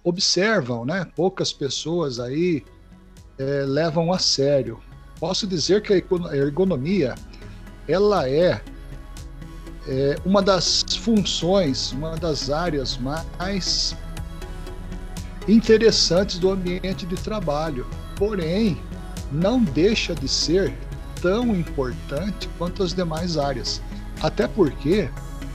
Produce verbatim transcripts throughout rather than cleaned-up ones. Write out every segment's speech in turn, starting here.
observam, né? Poucas pessoas aí é, levam a sério. Posso dizer que a ergonomia, ela é, é uma das funções, uma das áreas mais interessantes do ambiente de trabalho. Porém, não deixa de ser tão importante quanto as demais áreas. Até porque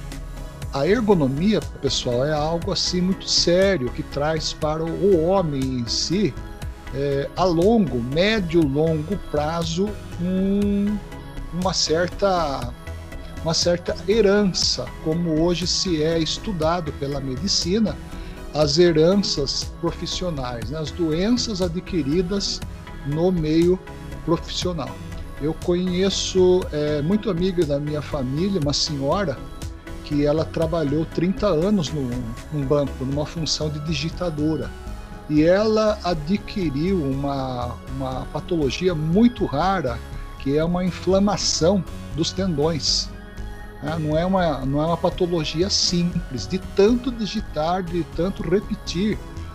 a ergonomia, pessoal, é algo assim muito sério que traz para o homem em si, é, a longo, médio, longo prazo, um, uma certa uma certa herança, como hoje se é estudado pela medicina, as heranças profissionais, né, as doenças adquiridas no meio profissional. Eu conheço é, muito amiga da minha família, uma senhora, que ela trabalhou trinta anos num, num banco, numa função de digitadora. E ela adquiriu uma, uma patologia muito rara, que é uma inflamação dos tendões. Não é uma, não é uma patologia simples, de tanto digitar, de tanto repetir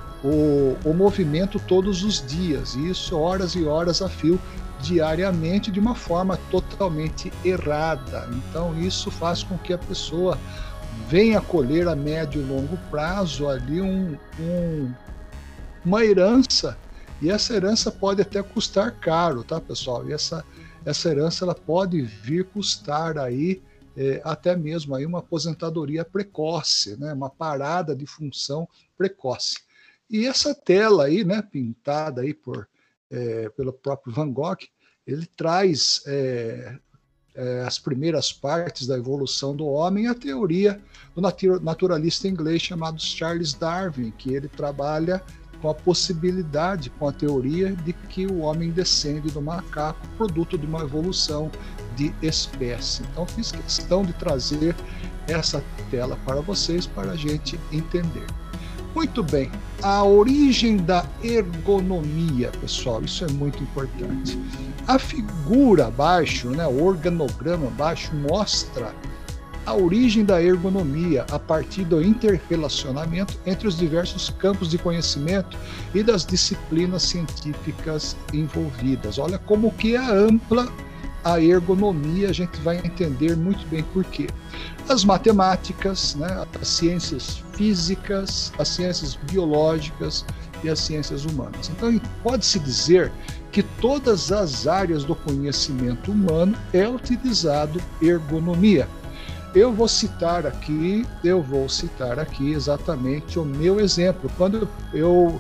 o, o movimento todos os dias, e isso horas e horas a fio, diariamente, de uma forma totalmente errada. Então isso faz com que a pessoa venha colher a médio e longo prazo ali um, um, uma herança, e essa herança pode até custar caro, tá, pessoal? E essa, essa herança ela pode vir custar aí É, até mesmo aí uma aposentadoria precoce, né, uma parada de função precoce. E essa tela aí, né, pintada aí por, é, pelo próprio Van Gogh, ele traz é, é, as primeiras partes da evolução do homem, a teoria do naturalista inglês chamado Charles Darwin, que ele trabalha com a possibilidade, com a teoria de que o homem descende do macaco, produto de uma evolução de espécie. Então fiz questão de trazer essa tela para vocês para a gente entender. Muito bem, a origem da ergonomia, pessoal, isso é muito importante. A figura abaixo, né, o organograma abaixo mostra a origem da ergonomia a partir do interrelacionamento entre os diversos campos de conhecimento e das disciplinas científicas envolvidas. Olha como que é ampla a ergonomia, a gente vai entender muito bem por quê. As matemáticas, né, as ciências físicas, as ciências biológicas e as ciências humanas. Então, pode-se dizer que todas as áreas do conhecimento humano é utilizado ergonomia. Eu vou citar aqui, eu vou citar aqui exatamente o meu exemplo. Quando eu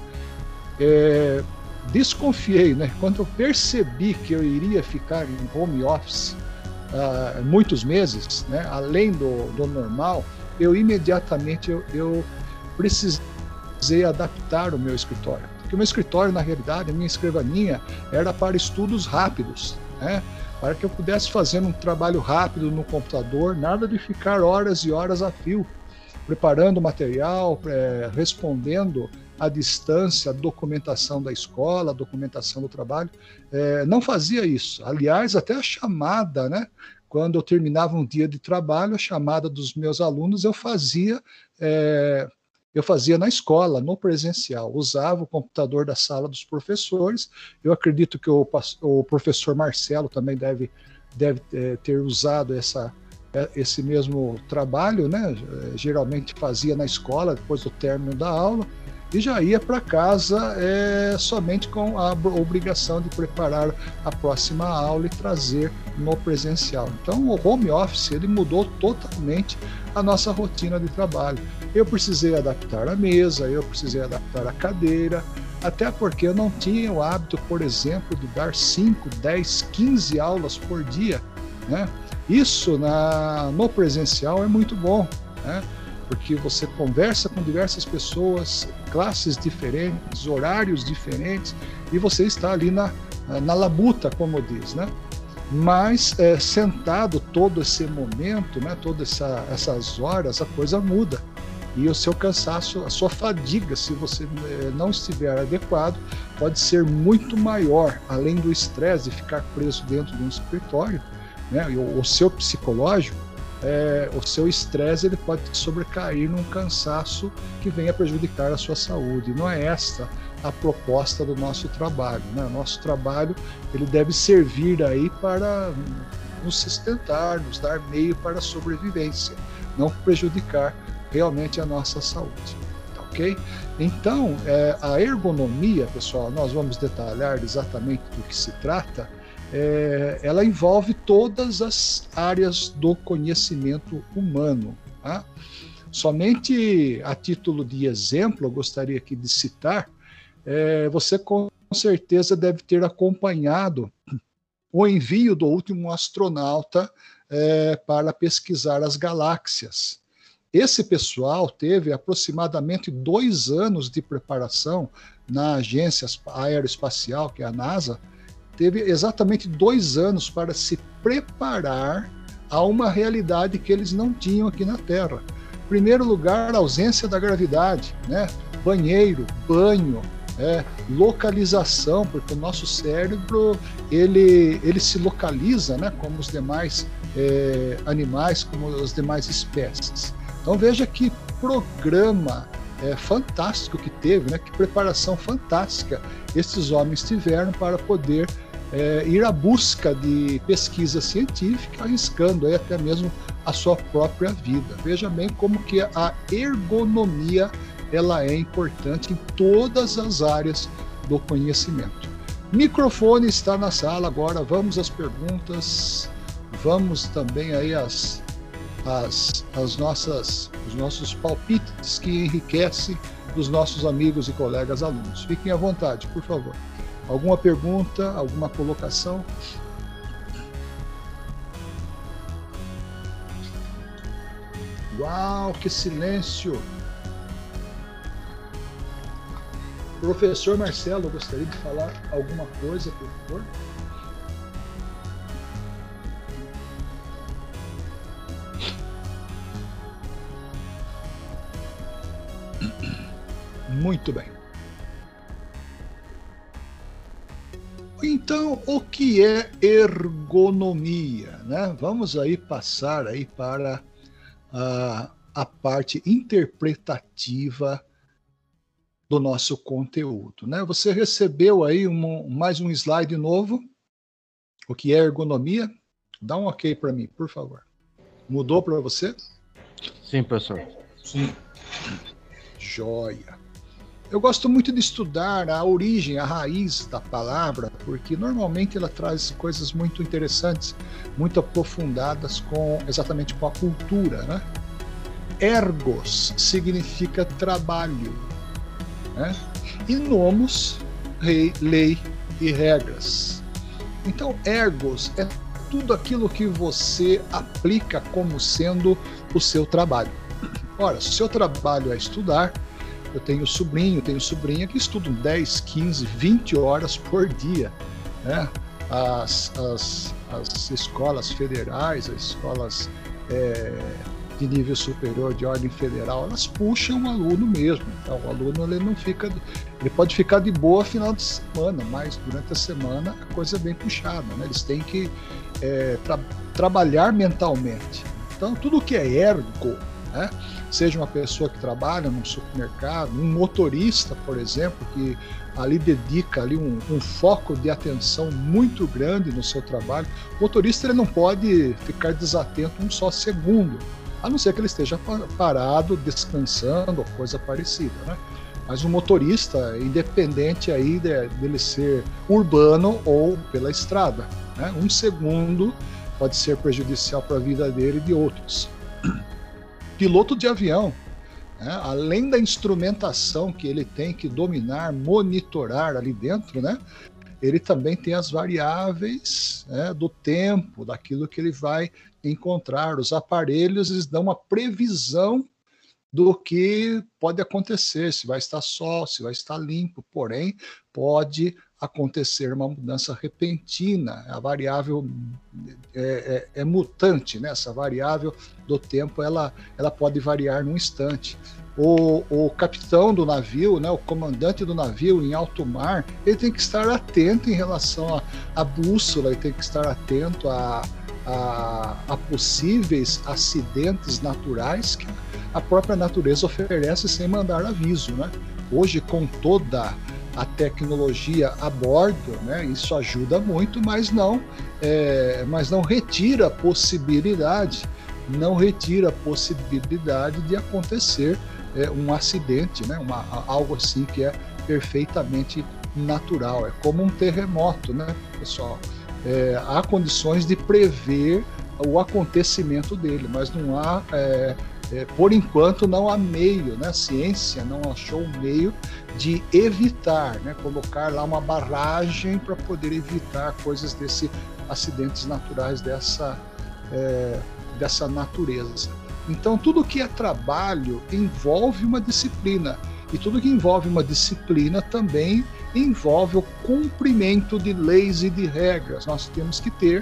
é, desconfiei, né? Quando eu percebi que eu iria ficar em home office uh, muitos meses, né? Além do, do normal, eu imediatamente eu, eu precisei adaptar o meu escritório. Porque o meu escritório, na realidade, a minha escrivaninha era para estudos rápidos, né? Para que eu pudesse fazer um trabalho rápido no computador, nada de ficar horas e horas a fio, preparando material, é, respondendo à distância a documentação da escola, a documentação do trabalho. É, não fazia isso. Aliás, até a chamada, né? Quando eu terminava um dia de trabalho, a chamada dos meus alunos eu fazia, é, eu fazia na escola, no presencial. Usava o computador da sala dos professores. Eu acredito que o, o professor Marcelo também deve, deve é, ter usado essa, esse mesmo trabalho, né? Geralmente fazia na escola, depois do término da aula, e já ia para casa é, somente com a obrigação de preparar a próxima aula e trazer no presencial. Então o home office ele mudou totalmente a nossa rotina de trabalho. Eu precisei adaptar a mesa, eu precisei adaptar a cadeira, até porque eu não tinha o hábito, por exemplo, de dar cinco, dez, quinze aulas por dia, né? Isso na, no presencial é muito bom, né? Porque você conversa com diversas pessoas, classes diferentes, horários diferentes, e você está ali na, na labuta, como diz, né? Mas é, sentado todo esse momento, né, todas essa, essas horas, a coisa muda. E o seu cansaço, a sua fadiga, se você é, não estiver adequado, pode ser muito maior, além do estresse de ficar preso dentro de um escritório, né, o, o seu psicológico. é, o seu estresse ele pode sobrecair num cansaço que venha prejudicar a sua saúde. Não é esta a proposta do nosso trabalho, né? O nosso trabalho ele deve servir aí para nos sustentar, nos dar meio para a sobrevivência, não prejudicar realmente a nossa saúde. Tá ok? Então, é, a ergonomia, pessoal, nós vamos detalhar exatamente do que se trata. É, ela envolve todas as áreas do conhecimento humano. Tá? Somente a título de exemplo, eu gostaria aqui de citar, é, você com certeza deve ter acompanhado o envio do último astronauta é, para pesquisar as galáxias. Esse pessoal teve aproximadamente dois anos de preparação na Agência Aeroespacial, que é a NASA, teve exatamente dois anos para se preparar a uma realidade que eles não tinham aqui na Terra. Em primeiro lugar, a ausência da gravidade, né? Banheiro, banho, é, localização, porque o nosso cérebro ele, ele se localiza, né, como os demais é, animais, como as demais espécies. Então veja que programa é, fantástico que teve, né? Que preparação fantástica esses homens tiveram para poder é, ir à busca de pesquisa científica, arriscando aí até mesmo a sua própria vida. Veja bem como que a ergonomia ela é importante em todas as áreas do conhecimento. Microfone está na sala agora, vamos às perguntas, vamos também aí às, às, às nossas, os nossos palpites que enriquecem os nossos amigos e colegas alunos. Fiquem à vontade, por favor. Alguma pergunta, alguma colocação? Uau, que silêncio! Professor Marcelo, eu gostaria de falar alguma coisa, por favor? Muito bem. Então, o que é ergonomia, né? Vamos aí passar aí para a, a parte interpretativa do nosso conteúdo, né? Você recebeu aí um, mais um slide novo, o que é ergonomia? Dá um ok para mim, por favor. Mudou para você? Sim, professor. Sim. Joia. Eu gosto muito de estudar a origem, a raiz da palavra, porque normalmente ela traz coisas muito interessantes, muito aprofundadas com exatamente com a cultura, né? Ergos significa trabalho, né? E nomos, rei, lei e regras. Então, ergos é tudo aquilo que você aplica como sendo o seu trabalho. Ora, se o seu trabalho é estudar, eu tenho sobrinho, tenho sobrinha que estudam dez, quinze, vinte horas por dia, né? As, as, as escolas federais, as escolas é, de nível superior de ordem federal, elas puxam o aluno mesmo. Então, o aluno ele não fica, ele pode ficar de boa final de semana, mas durante a semana a coisa é bem puxada, né? Eles têm que é, tra trabalhar mentalmente. Então, tudo que é ergo, né? Seja uma pessoa que trabalha num supermercado, um motorista, por exemplo, que ali dedica ali um, um foco de atenção muito grande no seu trabalho. O motorista ele não pode ficar desatento um só segundo, a não ser que ele esteja parado, descansando ou coisa parecida, né? Mas o motorista, independente aí de, dele ser urbano ou pela estrada, né? Um segundo pode ser prejudicial para a vida dele e de outros. Piloto de avião, né? Além da instrumentação que ele tem que dominar, monitorar ali dentro, né? Ele também tem as variáveis, né, do tempo, daquilo que ele vai encontrar. Os aparelhos eles dão uma previsão do que pode acontecer, se vai estar sol, se vai estar limpo, porém pode acontecer uma mudança repentina. A variável é, é, é mutante, né? Essa variável do tempo ela, ela pode variar num instante. O, o capitão do navio, né, o comandante do navio em alto mar, ele tem que estar atento em relação à bússola, ele tem que estar atento a, a, a possíveis acidentes naturais que a própria natureza oferece sem mandar aviso, né? Hoje, com toda a tecnologia a bordo, né, isso ajuda muito, mas não, é, mas não retira a possibilidade, não retira a possibilidade de acontecer é, um acidente, né, uma, algo assim que é perfeitamente natural. É como um terremoto, né, pessoal? É, há condições de prever o acontecimento dele, mas não há, é, é, por enquanto, não há meio, né? A ciência não achou um meio de evitar, né? Colocar lá uma barragem para poder evitar coisas desse acidentes naturais dessa, é, dessa natureza. Então, tudo que é trabalho envolve uma disciplina, e tudo que envolve uma disciplina também envolve o cumprimento de leis e de regras. Nós temos que ter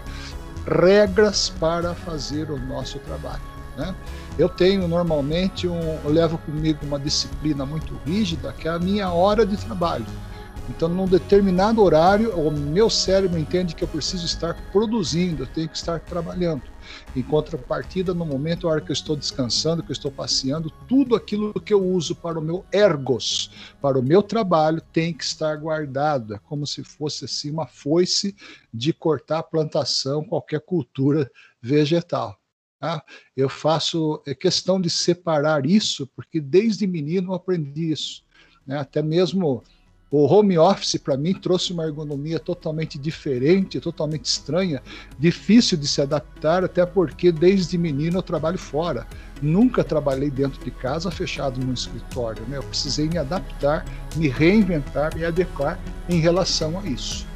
regras para fazer o nosso trabalho, né? Eu tenho normalmente, um, eu levo comigo uma disciplina muito rígida, que é a minha hora de trabalho. Então, num determinado horário, o meu cérebro entende que eu preciso estar produzindo, eu tenho que estar trabalhando. Em contrapartida, no momento, a hora que eu estou descansando, que eu estou passeando, tudo aquilo que eu uso para o meu ergos, para o meu trabalho, tem que estar guardado. É como se fosse assim uma foice de cortar a plantação, qualquer cultura vegetal. Tá? Eu faço questão de separar isso, porque desde menino eu aprendi isso, né? Até mesmo o home office, para mim, trouxe uma ergonomia totalmente diferente, totalmente estranha, difícil de se adaptar, até porque desde menino eu trabalho fora. Nunca trabalhei dentro de casa, fechado num escritório, né? Eu precisei me adaptar, me reinventar, me adequar em relação a isso.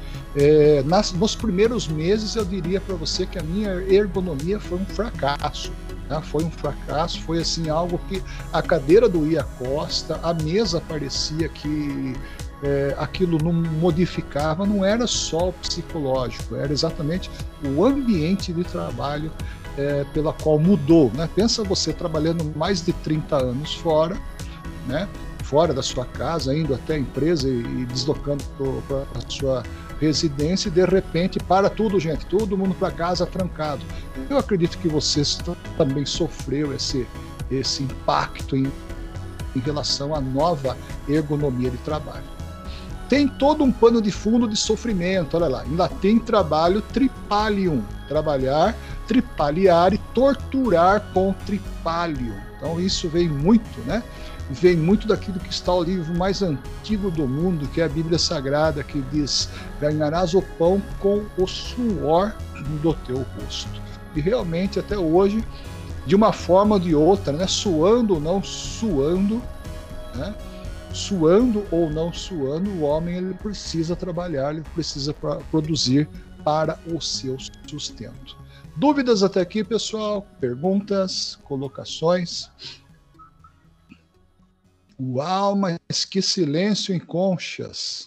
É, nas, nos primeiros meses, eu diria para você que a minha ergonomia foi um fracasso. Foi um fracasso, foi assim algo que a cadeira doía a costa, a mesa parecia que é, aquilo não modificava, não era só o psicológico, era exatamente o ambiente de trabalho é, pela qual mudou, né? Pensa você trabalhando mais de trinta anos fora, né? Fora da sua casa, indo até a empresa e, e deslocando para a sua residência, e de repente para tudo, gente, todo mundo para casa trancado. Eu acredito que você também sofreu esse, esse impacto em, em relação à nova ergonomia de trabalho. Tem todo um pano de fundo de sofrimento, olha lá, ainda tem trabalho tripalium, trabalhar, tripaliar e torturar com tripalium. Então isso vem muito, né? Vem muito daquilo que está o livro mais antigo do mundo, que é a Bíblia Sagrada, que diz: ganharás o pão com o suor do teu rosto. E realmente, até hoje, de uma forma ou de outra, né, suando ou não suando, né, suando ou não suando, o homem ele precisa trabalhar, ele precisa pra, produzir para o seu sustento. Dúvidas até aqui, pessoal? Perguntas, colocações? Uau, mas que silêncio em Conchas.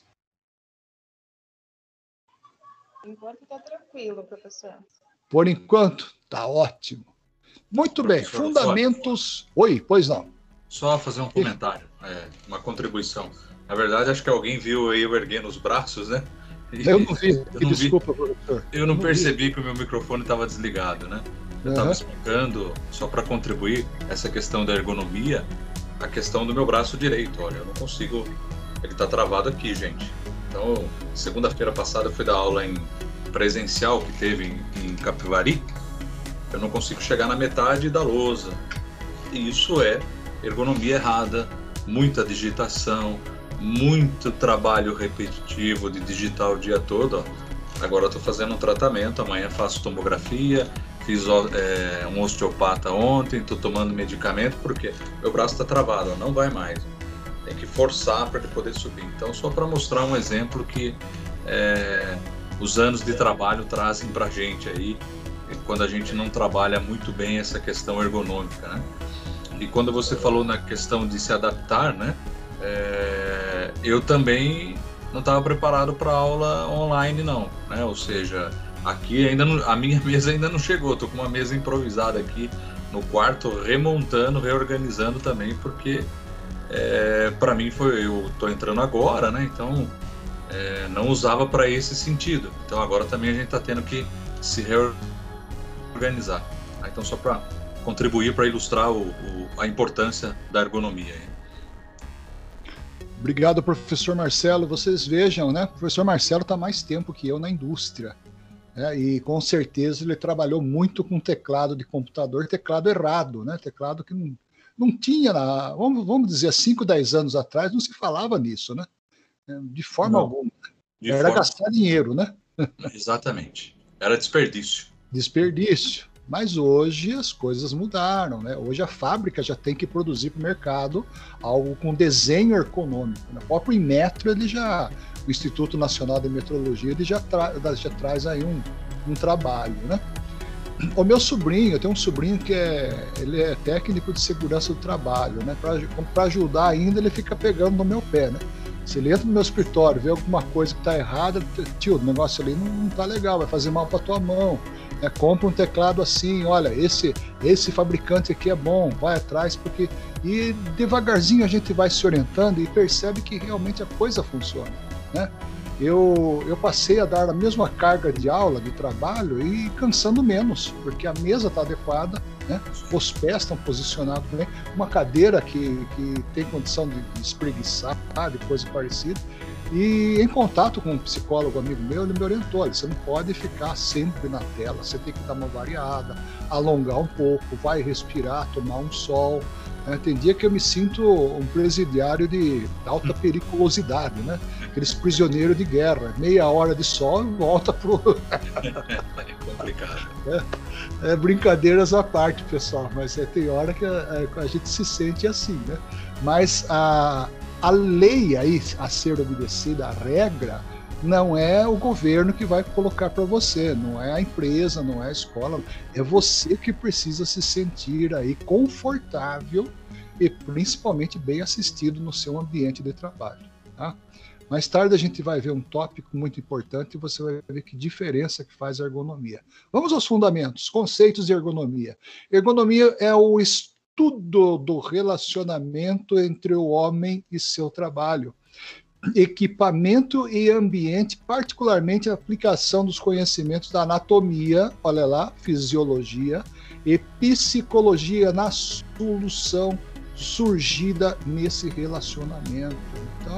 Por enquanto está tranquilo, professor. Por enquanto, está ótimo. Muito bem, fundamentos... Oi, pois não. Só fazer um comentário, é, uma contribuição. Na verdade, acho que alguém viu eu erguendo os braços, né? E eu não vi, eu não desculpa, vi, professor. Eu não, não percebi vi. que o meu microfone estava desligado, né? Eu estava Uhum. explicando, só para contribuir, essa questão da ergonomia, a questão do meu braço direito. Olha, eu não consigo... Ele está travado aqui, gente. Então, segunda-feira passada eu fui dar aula em presencial que teve em, em Capivari. Eu não consigo chegar na metade da lousa. E isso é ergonomia errada, muita digitação, muito trabalho repetitivo de digitar o dia todo. Ó. Agora eu estou fazendo um tratamento, amanhã faço tomografia, fiz é, um osteopata ontem, estou tomando medicamento porque meu braço está travado, ó, não vai mais. Tem que forçar para ele poder subir. Então, só para mostrar um exemplo que é, os anos de trabalho trazem para a gente aí, quando a gente não trabalha muito bem essa questão ergonômica, né? E quando você falou na questão de se adaptar, né? É, eu também não estava preparado para aula online, não, né? Ou seja, aqui ainda não, a minha mesa ainda não chegou. Estou com uma mesa improvisada aqui no quarto, remontando, reorganizando também, porque é, para mim foi, eu estou entrando agora, né? Então é, não usava para esse sentido. Então agora também a gente está tendo que se reorganizar organizar. Então, só para contribuir para ilustrar o, o, a importância da ergonomia. Obrigado, professor Marcelo. Vocês vejam, né? O professor Marcelo está mais tempo que eu na indústria. Né? E com certeza ele trabalhou muito com teclado de computador, teclado errado, né? Teclado que não, não tinha, na, vamos, vamos dizer, cinco, dez anos atrás, não se falava nisso, né? De forma não, alguma. De Era forma... gastar dinheiro, né? Exatamente. Era desperdício. Desperdício. Mas hoje as coisas mudaram, né? Hoje a fábrica já tem que produzir para o mercado algo com desenho ergonômico. Né? O próprio Inmetro, ele já, o Instituto Nacional de Metrologia, ele já, tra já traz aí um, um trabalho, né? O meu sobrinho, eu tenho um sobrinho que é, ele é técnico de segurança do trabalho, né? Para ajudar ainda, ele fica pegando no meu pé, né? Se ele entra no meu escritório, vê alguma coisa que está errada, tio, o negócio ali não, não tá legal, vai fazer mal para tua mão. Né? Compra um teclado assim, olha, esse, esse fabricante aqui é bom, vai atrás, porque... E devagarzinho a gente vai se orientando e percebe que realmente a coisa funciona, né? Eu, eu passei a dar a mesma carga de aula, de trabalho, e cansando menos, porque a mesa está adequada, né? Os pés estão posicionados bem, uma cadeira que, que tem condição de, de espreguiçar, de coisa parecida. E em contato com um psicólogo amigo meu, ele me orientou, olha, você não pode ficar sempre na tela, você tem que dar uma variada, alongar um pouco, vai respirar, tomar um sol. Né? Tem dia que eu me sinto um presidiário de alta periculosidade, né? Aqueles prisioneiros de guerra, meia hora de sol e volta pro... É complicado. É, é brincadeiras à parte, pessoal, mas é, tem hora que a, a gente se sente assim, né? Mas a, a lei aí a ser obedecida, a regra, não é o governo que vai colocar para você, não é a empresa, não é a escola, é você que precisa se sentir aí confortável e principalmente bem assistido no seu ambiente de trabalho, tá? Mais tarde a gente vai ver um tópico muito importante e você vai ver que diferença que faz a ergonomia. Vamos aos fundamentos, conceitos de ergonomia. Ergonomia é o estudo do relacionamento entre o homem e seu trabalho. Equipamento e ambiente, particularmente a aplicação dos conhecimentos da anatomia, olha lá, fisiologia, e psicologia na solução surgida nesse relacionamento. Então,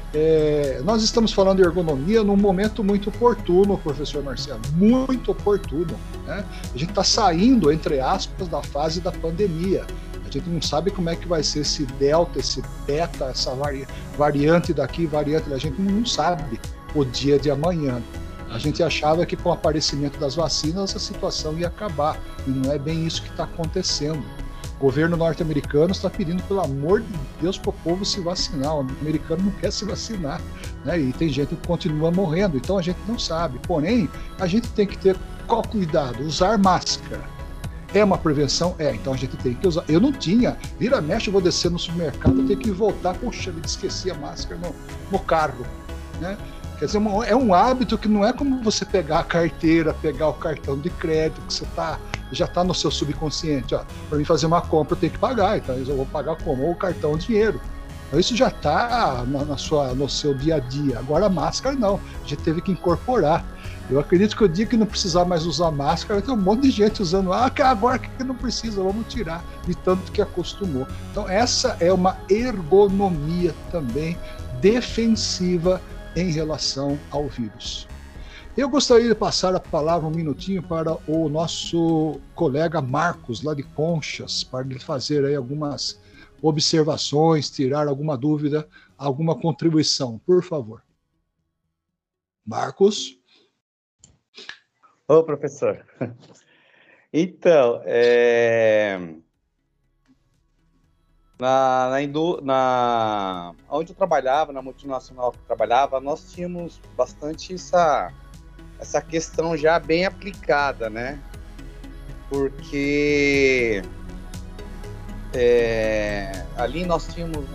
é, nós estamos falando de ergonomia num momento muito oportuno, professor Marcelo, muito oportuno, né? A gente está saindo, entre aspas, da fase da pandemia. A gente não sabe como é que vai ser esse delta, esse beta, essa vari, variante daqui, variante da gente, não sabe o dia de amanhã. A gente achava que com o aparecimento das vacinas a situação ia acabar, e não é bem isso que está acontecendo. O governo norte-americano está pedindo, pelo amor de Deus, para o povo se vacinar. O americano não quer se vacinar, né? E tem gente que continua morrendo, então a gente não sabe. Porém, a gente tem que ter qual cuidado? Usar máscara. É uma prevenção? É, então a gente tem que usar. Eu não tinha, vira mexe, eu vou descer no supermercado, eu tenho que voltar, poxa, eu esqueci a máscara no, no carro, né? Quer dizer, é um hábito que não é como você pegar a carteira, pegar o cartão de crédito, que você tá, já está no seu subconsciente. Para mim fazer uma compra eu tenho que pagar, então eu vou pagar como? Ou o cartão ou dinheiro. Então isso já está na, na sua, no seu dia a dia. Agora a máscara não, a gente teve que incorporar. Eu acredito que o dia que não precisar mais usar máscara, tem um monte de gente usando, ah, agora que não precisa, vamos tirar, de tanto que acostumou. Então essa é uma ergonomia também defensiva em relação ao vírus. Eu gostaria de passar a palavra um minutinho para o nosso colega Marcos, lá de Conchas, para ele fazer aí algumas observações, tirar alguma dúvida, alguma contribuição, por favor. Marcos? Ô, professor. Então, é... Na, na, indú na onde eu trabalhava, na multinacional que eu trabalhava, nós tínhamos bastante essa, essa questão já bem aplicada, né? Porque é, ali nós tínhamos,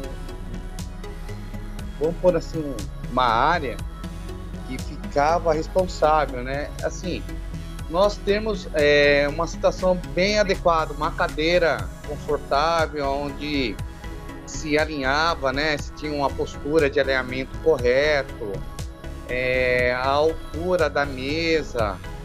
vamos pôr assim, uma área que ficava responsável, né? Assim, nós temos é, uma situação bem adequada, uma cadeira confortável, onde se alinhava, né? Se tinha uma postura de alinhamento correto, é, a altura da mesa,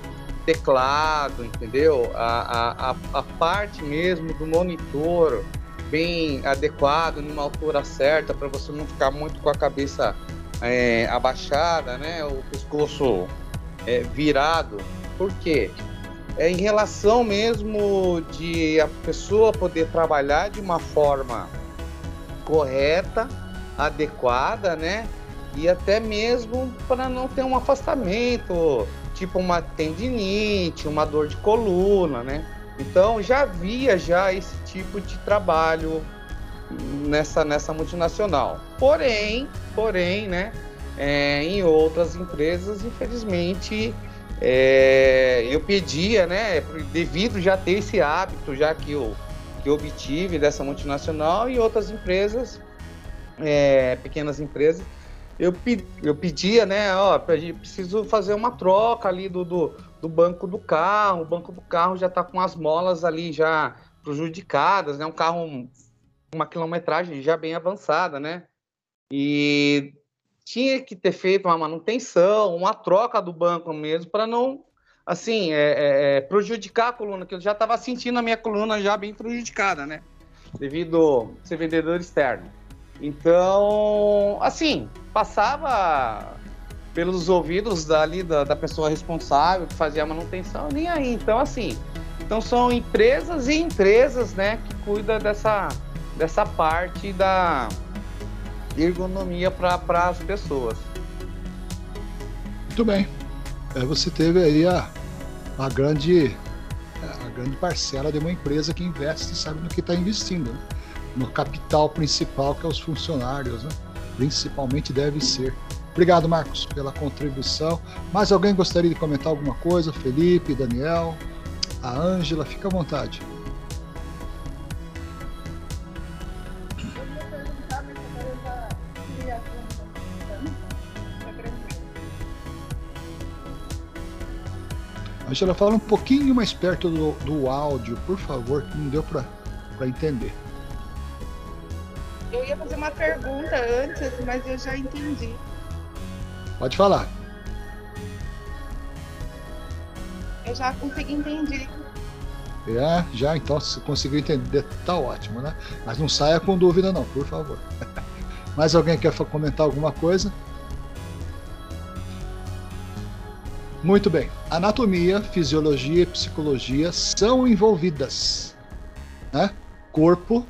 teclado, entendeu? A, a, a parte mesmo do monitor bem adequado, numa altura certa, para você não ficar muito com a cabeça é, abaixada, né? O pescoço é, virado. Por quê? É em relação mesmo de a pessoa poder trabalhar de uma forma correta, adequada, né? E até mesmo para não ter um afastamento, tipo uma tendinite, uma dor de coluna, né? Então já havia já esse tipo de trabalho nessa, nessa multinacional. Porém, porém, né? É, em outras empresas, infelizmente, é, eu pedia, né? Devido já ter esse hábito, já que eu, que eu obtive dessa multinacional, e outras empresas, é, pequenas empresas, eu, pe, eu pedia, né? Ó, preciso fazer uma troca ali do, do, do banco do carro. O banco do carro já está com as molas ali já prejudicadas, né? Um carro, uma quilometragem já bem avançada, né? E tinha que ter feito uma manutenção, uma troca do banco mesmo, para não, assim, é, é, prejudicar a coluna, que eu já estava sentindo a minha coluna já bem prejudicada, né? Devido a ser vendedor externo. Então, assim, passava pelos ouvidos dali da, da pessoa responsável que fazia a manutenção, nem aí. Então, assim, então são empresas e empresas, né, que cuidam dessa, dessa parte da ergonomia para as pessoas. Muito bem. É, você teve aí a, a, grande, a grande parcela de uma empresa que investe e sabe no que está investindo, né? No capital principal, que é os funcionários, né? Principalmente deve ser. Obrigado, Marcos, pela contribuição. Mais alguém gostaria de comentar alguma coisa? Felipe, Daniel, a Ângela, fica à vontade. Ângela, fala um pouquinho mais perto do, do áudio, por favor, que não deu para entender. Eu ia fazer uma pergunta antes, mas eu já entendi. Pode falar. Eu já consegui entender. É, já, então, se conseguiu entender, tá ótimo, né? Mas não saia com dúvida não, por favor. Mais alguém quer comentar alguma coisa? Muito bem. Anatomia, fisiologia e psicologia são envolvidas, né? Corpo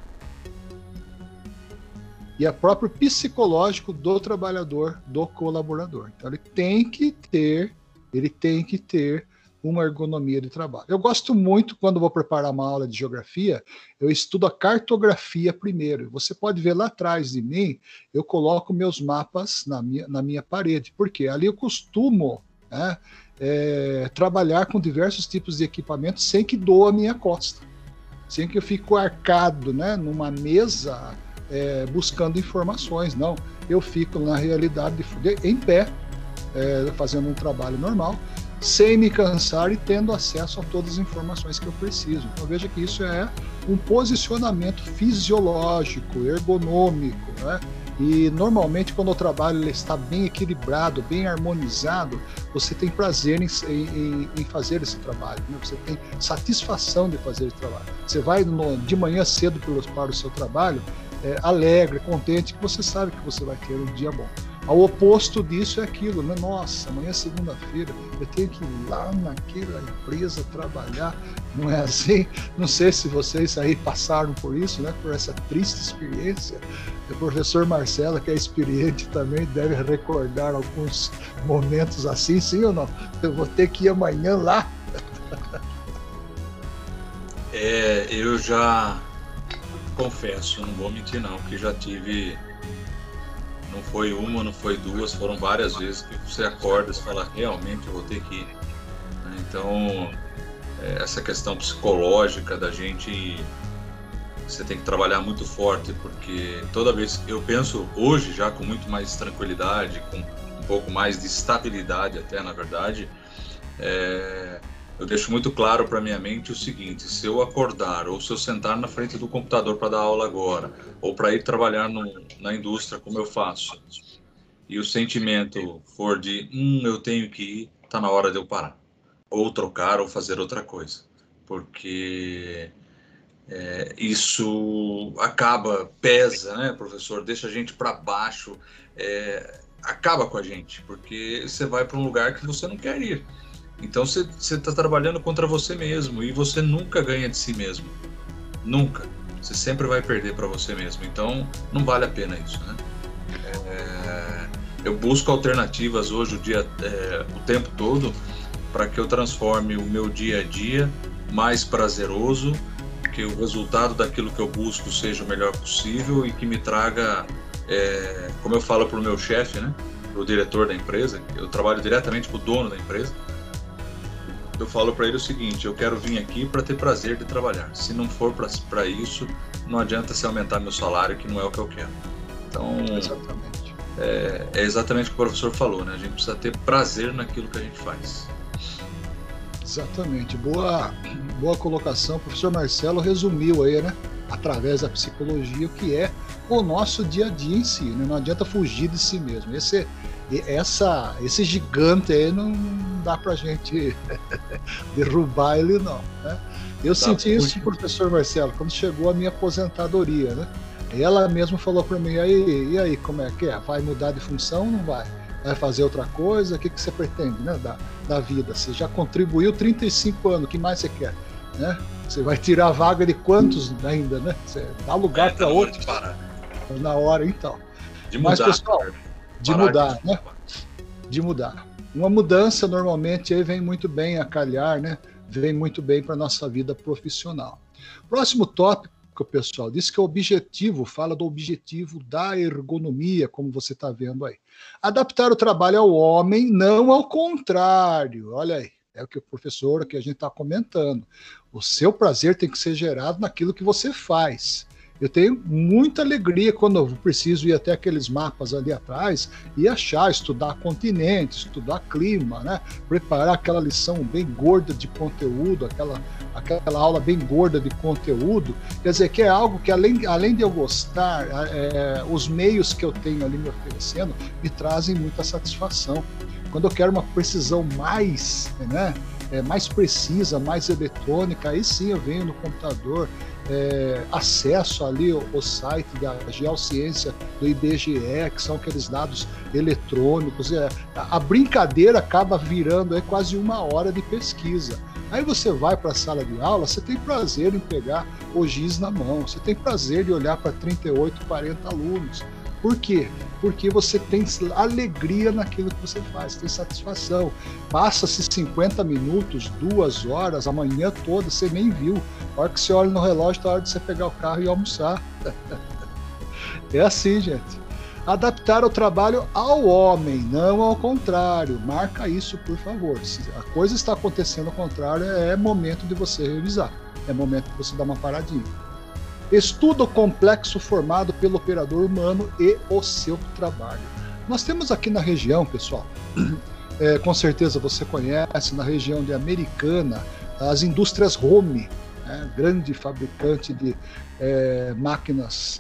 e é próprio psicológico do trabalhador, do colaborador. Então ele tem que ter, ele tem que ter uma ergonomia de trabalho. Eu gosto muito, quando vou preparar uma aula de geografia, eu estudo a cartografia primeiro. Você pode ver lá atrás de mim, eu coloco meus mapas na minha, na minha parede, porque ali eu costumo, né, é, trabalhar com diversos tipos de equipamentos sem que doa a minha costa, sem que eu fique arcado, né, numa mesa, É, buscando informações. Não, eu fico na realidade de, em pé, é, fazendo um trabalho normal, sem me cansar e tendo acesso a todas as informações que eu preciso. Então veja que isso é um posicionamento fisiológico, ergonômico, né? E normalmente quando o trabalho ele está bem equilibrado, bem harmonizado, você tem prazer em, em, em fazer esse trabalho, né? Você tem satisfação de fazer esse trabalho. Você vai no, de manhã cedo para o seu trabalho, É, alegre, contente, que você sabe que você vai ter um dia bom. Ao oposto disso é aquilo, né? Nossa, amanhã é segunda-feira, eu tenho que ir lá naquela empresa trabalhar, não é assim? Não sei se vocês aí passaram por isso, né? Por essa triste experiência. O professor Marcelo, que é experiente também, deve recordar alguns momentos assim, sim ou não? Eu vou ter que ir amanhã lá. É, eu já... confesso, não vou mentir não, que já tive, não foi uma, não foi duas, foram várias vezes que você acorda e fala, realmente eu vou ter que ir. Então, essa questão psicológica da gente, você tem que trabalhar muito forte, porque toda vez que eu penso, hoje já com muito mais tranquilidade, com um pouco mais de estabilidade até, na verdade, é... eu deixo muito claro para minha mente o seguinte: se eu acordar ou se eu sentar na frente do computador para dar aula agora, ou para ir trabalhar no, na indústria como eu faço, e o sentimento for de, hum, eu tenho que ir, tá na hora de eu parar. ou trocar ou fazer outra coisa, porque é, isso acaba, pesa, né, professor, deixa a gente para baixo, é, acaba com a gente, porque você vai para um lugar que você não quer ir. Então você está trabalhando contra você mesmo e você nunca ganha de si mesmo, nunca. Você sempre vai perder para você mesmo. Então não vale a pena isso, né? É, eu busco alternativas hoje o dia, é, o tempo todo, para que eu transforme o meu dia a dia mais prazeroso, que o resultado daquilo que eu busco seja o melhor possível e que me traga, é, como eu falo para o meu chefe, né, para o diretor da empresa, eu trabalho diretamente com o dono da empresa, eu falo para ele o seguinte: eu quero vir aqui para ter prazer de trabalhar. Se não for para isso, não adianta se aumentar meu salário, que não é o que eu quero. Então, Exatamente. É, é exatamente o que o professor falou, né? A gente precisa ter prazer naquilo que a gente faz. Exatamente. Boa, boa colocação. O professor Marcelo resumiu aí, né, através da psicologia, o que é o nosso dia a dia em si, né? Não adianta fugir de si mesmo. Esse, essa, esse gigante aí não dá pra gente derrubar ele, não, né? Eu senti isso, professor Marcelo, quando chegou a minha aposentadoria, né? Ela mesma falou para mim: aí, e aí, como é que é? Vai mudar de função ou não vai? Vai fazer outra coisa? O que, que você pretende, né, da, da vida? Você já contribuiu trinta e cinco anos, o que mais você quer? Né? Você vai tirar a vaga de quantos ainda, né? Você dá lugar é, para outros. Na hora, então. De mudar. Mas, pessoal, de mudar, né? De mudar. Uma mudança, normalmente, aí vem muito bem a calhar, né? Vem muito bem para a nossa vida profissional. Próximo tópico, pessoal, diz que o objetivo, fala do objetivo da ergonomia, como você está vendo aí. Adaptar o trabalho ao homem, não ao contrário. Olha aí, é o que o professor, que a gente está comentando. O seu prazer tem que ser gerado naquilo que você faz. Eu tenho muita alegria quando eu preciso ir até aqueles mapas ali atrás e achar, estudar continente, estudar clima, né? Preparar aquela lição bem gorda de conteúdo, aquela, aquela aula bem gorda de conteúdo. Quer dizer, que é algo que, além, além de eu gostar, é, os meios que eu tenho ali me oferecendo me trazem muita satisfação. Quando eu quero uma precisão mais, né, é, mais precisa, mais eletrônica, aí sim eu venho no computador, É, acesso ali o, o site da Geociência do I B G E, que são aqueles dados eletrônicos. É, a, a brincadeira acaba virando é, quase uma hora de pesquisa. Aí você vai para a sala de aula, você tem prazer em pegar o giz na mão, você tem prazer de olhar para trinta e oito, quarenta alunos. Por quê? Porque você tem alegria naquilo que você faz, tem satisfação. Passa-se cinquenta minutos, duas horas, a manhã toda, você nem viu. A hora que você olha no relógio, está a hora de você pegar o carro e almoçar. É assim, gente. Adaptar o trabalho ao homem, não ao contrário. Marca isso, por favor. Se a coisa está acontecendo ao contrário, é momento de você revisar. É momento de você dar uma paradinha. Estuda o complexo formado pelo operador humano e o seu trabalho. Nós temos aqui na região, pessoal, é, com certeza você conhece, na região de Americana, as indústrias Home, né, grande fabricante de é, máquinas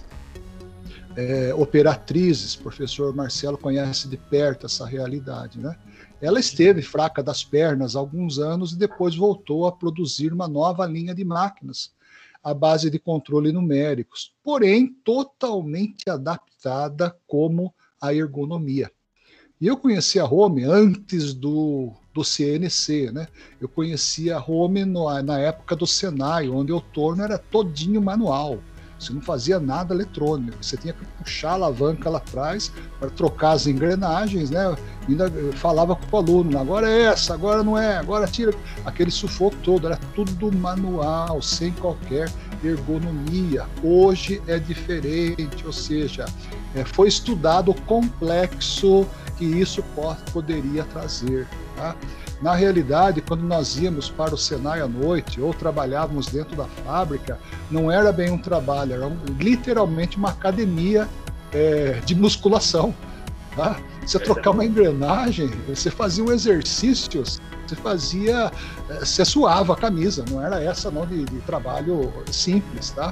é, operatrizes. O professor Marcelo conhece de perto essa realidade, né? Ela esteve fraca das pernas há alguns anos e depois voltou a produzir uma nova linha de máquinas à base de controle numéricos, porém totalmente adaptada como a ergonomia. E eu conheci a Home antes do, do C N C, né? Eu conheci a Home no, na época do Senai, onde o torno era todinho manual. Você não fazia nada eletrônico, você tinha que puxar a alavanca lá atrás para trocar as engrenagens, né? Ainda falava com o aluno, agora é essa, agora não é, agora tira. Aquele sufoco todo, era tudo manual, sem qualquer ergonomia. Hoje é diferente, ou seja, é, foi estudado o complexo que isso pode, poderia trazer, tá? Na realidade, quando nós íamos para o Senai à noite ou trabalhávamos dentro da fábrica, não era bem um trabalho, era um, literalmente uma academia é, de musculação. Tá? Você trocar uma engrenagem, você fazia um exercício, você fazia, você suava a camisa, não era essa não de, de trabalho simples, tá?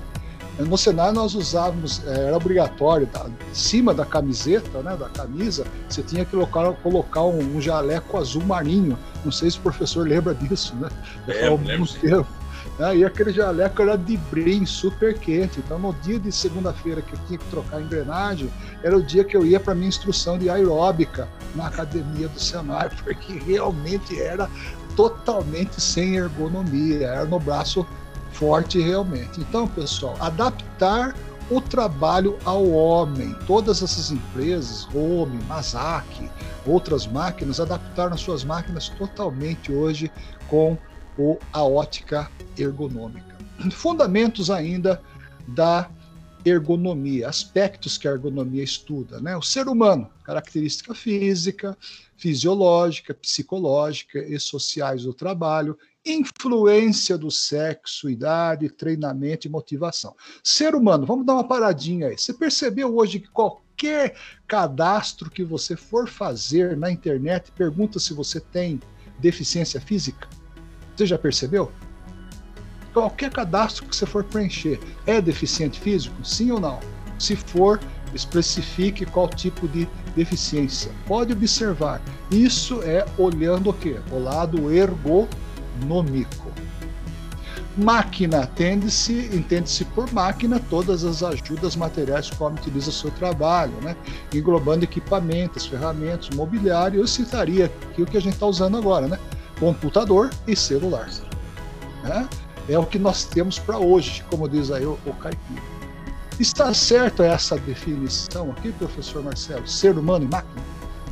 No Senai nós usávamos, era obrigatório, tá? Em cima da camiseta, né, da camisa, você tinha que colocar, colocar um, um jaleco azul marinho. Não sei se o professor lembra disso, né? É, eu lembro sim. Né? E aquele jaleco era de brim, super quente. Então, no dia de segunda-feira que eu tinha que trocar a engrenagem, era o dia que eu ia para minha instrução de aeróbica na academia do Senai, porque realmente era totalmente sem ergonomia, era no braço forte realmente. Então, pessoal, adaptar o trabalho ao homem. Todas essas empresas, Home, Mazaki, outras máquinas, adaptaram as suas máquinas totalmente hoje com o, a ótica ergonômica. Fundamentos ainda da ergonomia, aspectos que a ergonomia estuda, né? O ser humano, característica física, fisiológica, psicológica e sociais do trabalho, influência do sexo, idade, treinamento e motivação. Ser humano, vamos dar uma paradinha aí. Você percebeu hoje que qualquer cadastro que você for fazer na internet pergunta se você tem deficiência física? Você já percebeu? Qualquer cadastro que você for preencher é deficiente físico? Sim ou não? Se for, especifique qual tipo de deficiência. Pode observar. Isso é olhando o quê? O lado ergonômico. Máquina, entende-se, entende-se por máquina todas as ajudas materiais que o homem utiliza no seu trabalho, né? Englobando equipamentos, ferramentas, mobiliário. Eu citaria aqui o que a gente está usando agora, né? Computador e celular. Né? É o que nós temos para hoje, como diz aí o, o Caipira. Está certo essa definição aqui, professor Marcelo? Ser humano e máquina?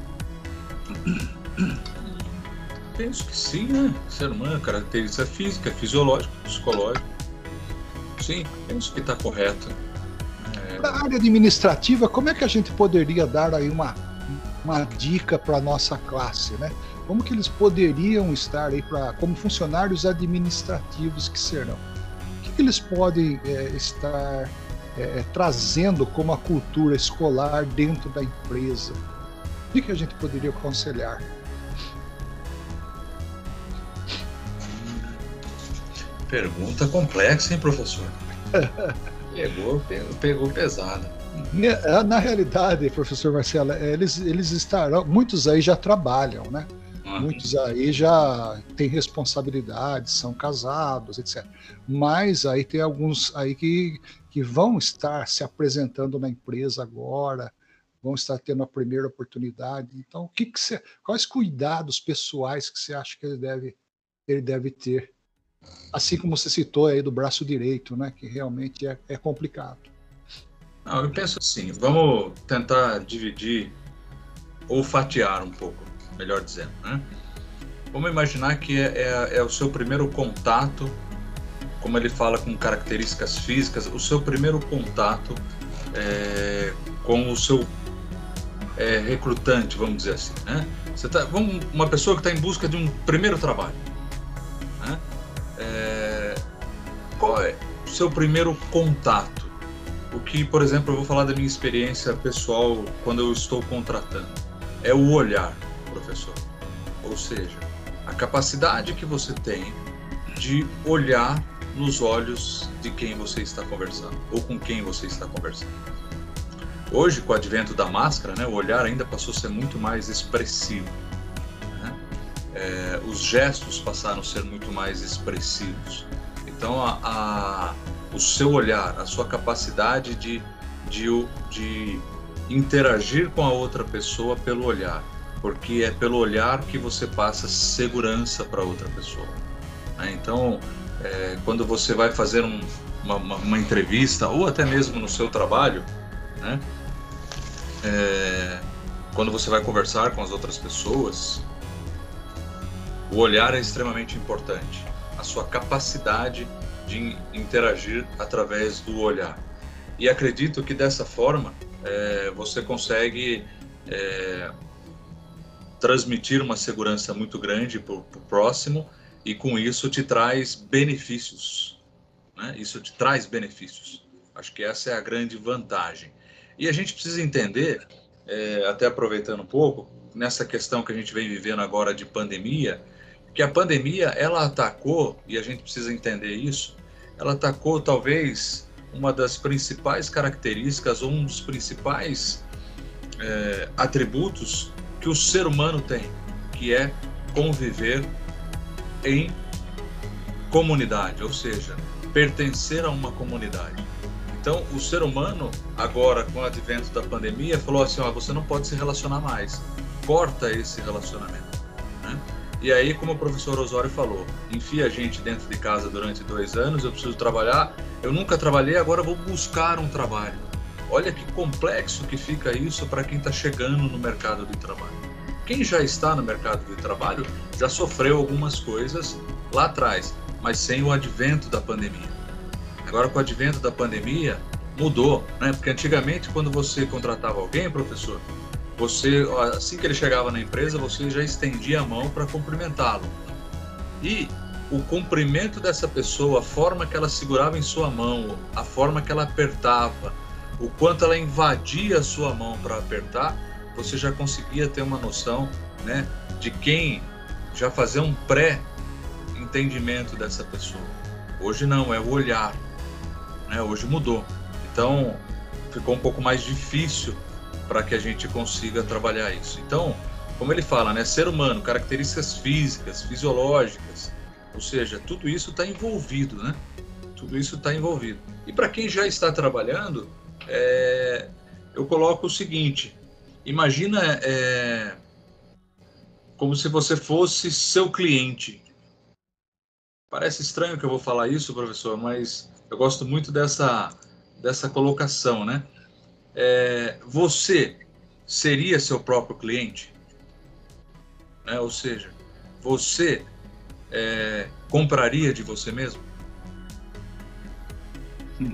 Penso que sim, né? Ser humano, característica física, fisiológica, psicológica. Sim, penso que está correto. É... Na área administrativa, como é que a gente poderia dar aí uma, uma dica para a nossa classe, né? Como que eles poderiam estar aí pra, como funcionários administrativos que serão? O que, que eles podem é, estar é, trazendo como a cultura escolar dentro da empresa? O que, que a gente poderia aconselhar? Pergunta complexa, hein, professor? Pegou, pegou, pegou pesada. Na realidade, professor Marcelo, eles, eles estarão, muitos aí já trabalham, né? Muitos aí já têm responsabilidades, são casados, etcétera. Mas aí tem alguns aí que, que vão estar se apresentando na empresa agora, vão estar tendo a primeira oportunidade. Então, o que que você, quais cuidados pessoais que você acha que ele deve, ele deve ter? Assim como você citou aí do braço direito, né, que realmente é, é complicado. Não, eu penso assim, vamos tentar dividir ou fatiar um pouco, melhor dizendo, né? Vamos imaginar que é, é, é o seu primeiro contato, como ele fala com características físicas, o seu primeiro contato é, com o seu é, recrutante, vamos dizer assim, né? Você tá, vamos, uma pessoa que está em busca de um primeiro trabalho, né? É, qual é o seu primeiro contato? O que, por exemplo, eu vou falar da minha experiência pessoal quando eu estou contratando, é o olhar, professor. Ou seja, a capacidade que você tem de olhar nos olhos de quem você está conversando, ou com quem você está conversando. Hoje, com o advento da máscara, né, o olhar ainda passou a ser muito mais expressivo. Né? É, os gestos passaram a ser muito mais expressivos. Então, a, a, o seu olhar, a sua capacidade de, de, de interagir com a outra pessoa pelo olhar, porque é pelo olhar que você passa segurança para outra pessoa. Né? Então, é, quando você vai fazer um, uma, uma, uma entrevista, ou até mesmo no seu trabalho, né? É, quando você vai conversar com as outras pessoas, o olhar é extremamente importante. A sua capacidade de interagir através do olhar. E acredito que dessa forma é, você consegue é, transmitir uma segurança muito grande para o próximo e com isso te traz benefícios. Né? Isso te traz benefícios. Acho que essa é a grande vantagem. E a gente precisa entender, é, até aproveitando um pouco, nessa questão que a gente vem vivendo agora de pandemia, que a pandemia, ela atacou, e a gente precisa entender isso, ela atacou talvez uma das principais características ou um dos principais é, atributos que o ser humano tem, que é conviver em comunidade, ou seja, pertencer a uma comunidade. Então, o ser humano, agora com o advento da pandemia, falou assim, ó, você não pode se relacionar mais, corta esse relacionamento, né? E aí, como o professor Osório falou, enfia a gente dentro de casa durante dois anos, eu preciso trabalhar, eu nunca trabalhei, agora vou buscar um trabalho. Olha que complexo que fica isso para quem está chegando no mercado de trabalho. Quem já está no mercado de trabalho já sofreu algumas coisas lá atrás, mas sem o advento da pandemia. Agora, com o advento da pandemia, mudou, né? Porque antigamente, quando você contratava alguém, professor, você, assim que ele chegava na empresa, você já estendia a mão para cumprimentá-lo. E o cumprimento dessa pessoa, a forma que ela segurava em sua mão, a forma que ela apertava, o quanto ela invadia a sua mão para apertar, você já conseguia ter uma noção, né, de quem já fazer um pré-entendimento dessa pessoa. Hoje não, é o olhar, né? Hoje mudou. Então, ficou um pouco mais difícil para que a gente consiga trabalhar isso. Então, como ele fala, né, ser humano, características físicas, fisiológicas, ou seja, tudo isso está envolvido, né? Tudo isso está envolvido. E para quem já está trabalhando, é, eu coloco o seguinte, imagina é, como se você fosse seu cliente. Parece estranho que eu vou falar isso, professor, mas eu gosto muito dessa, dessa colocação, né? É, você seria seu próprio cliente? Né? Ou seja, você é, compraria de você mesmo? Hum.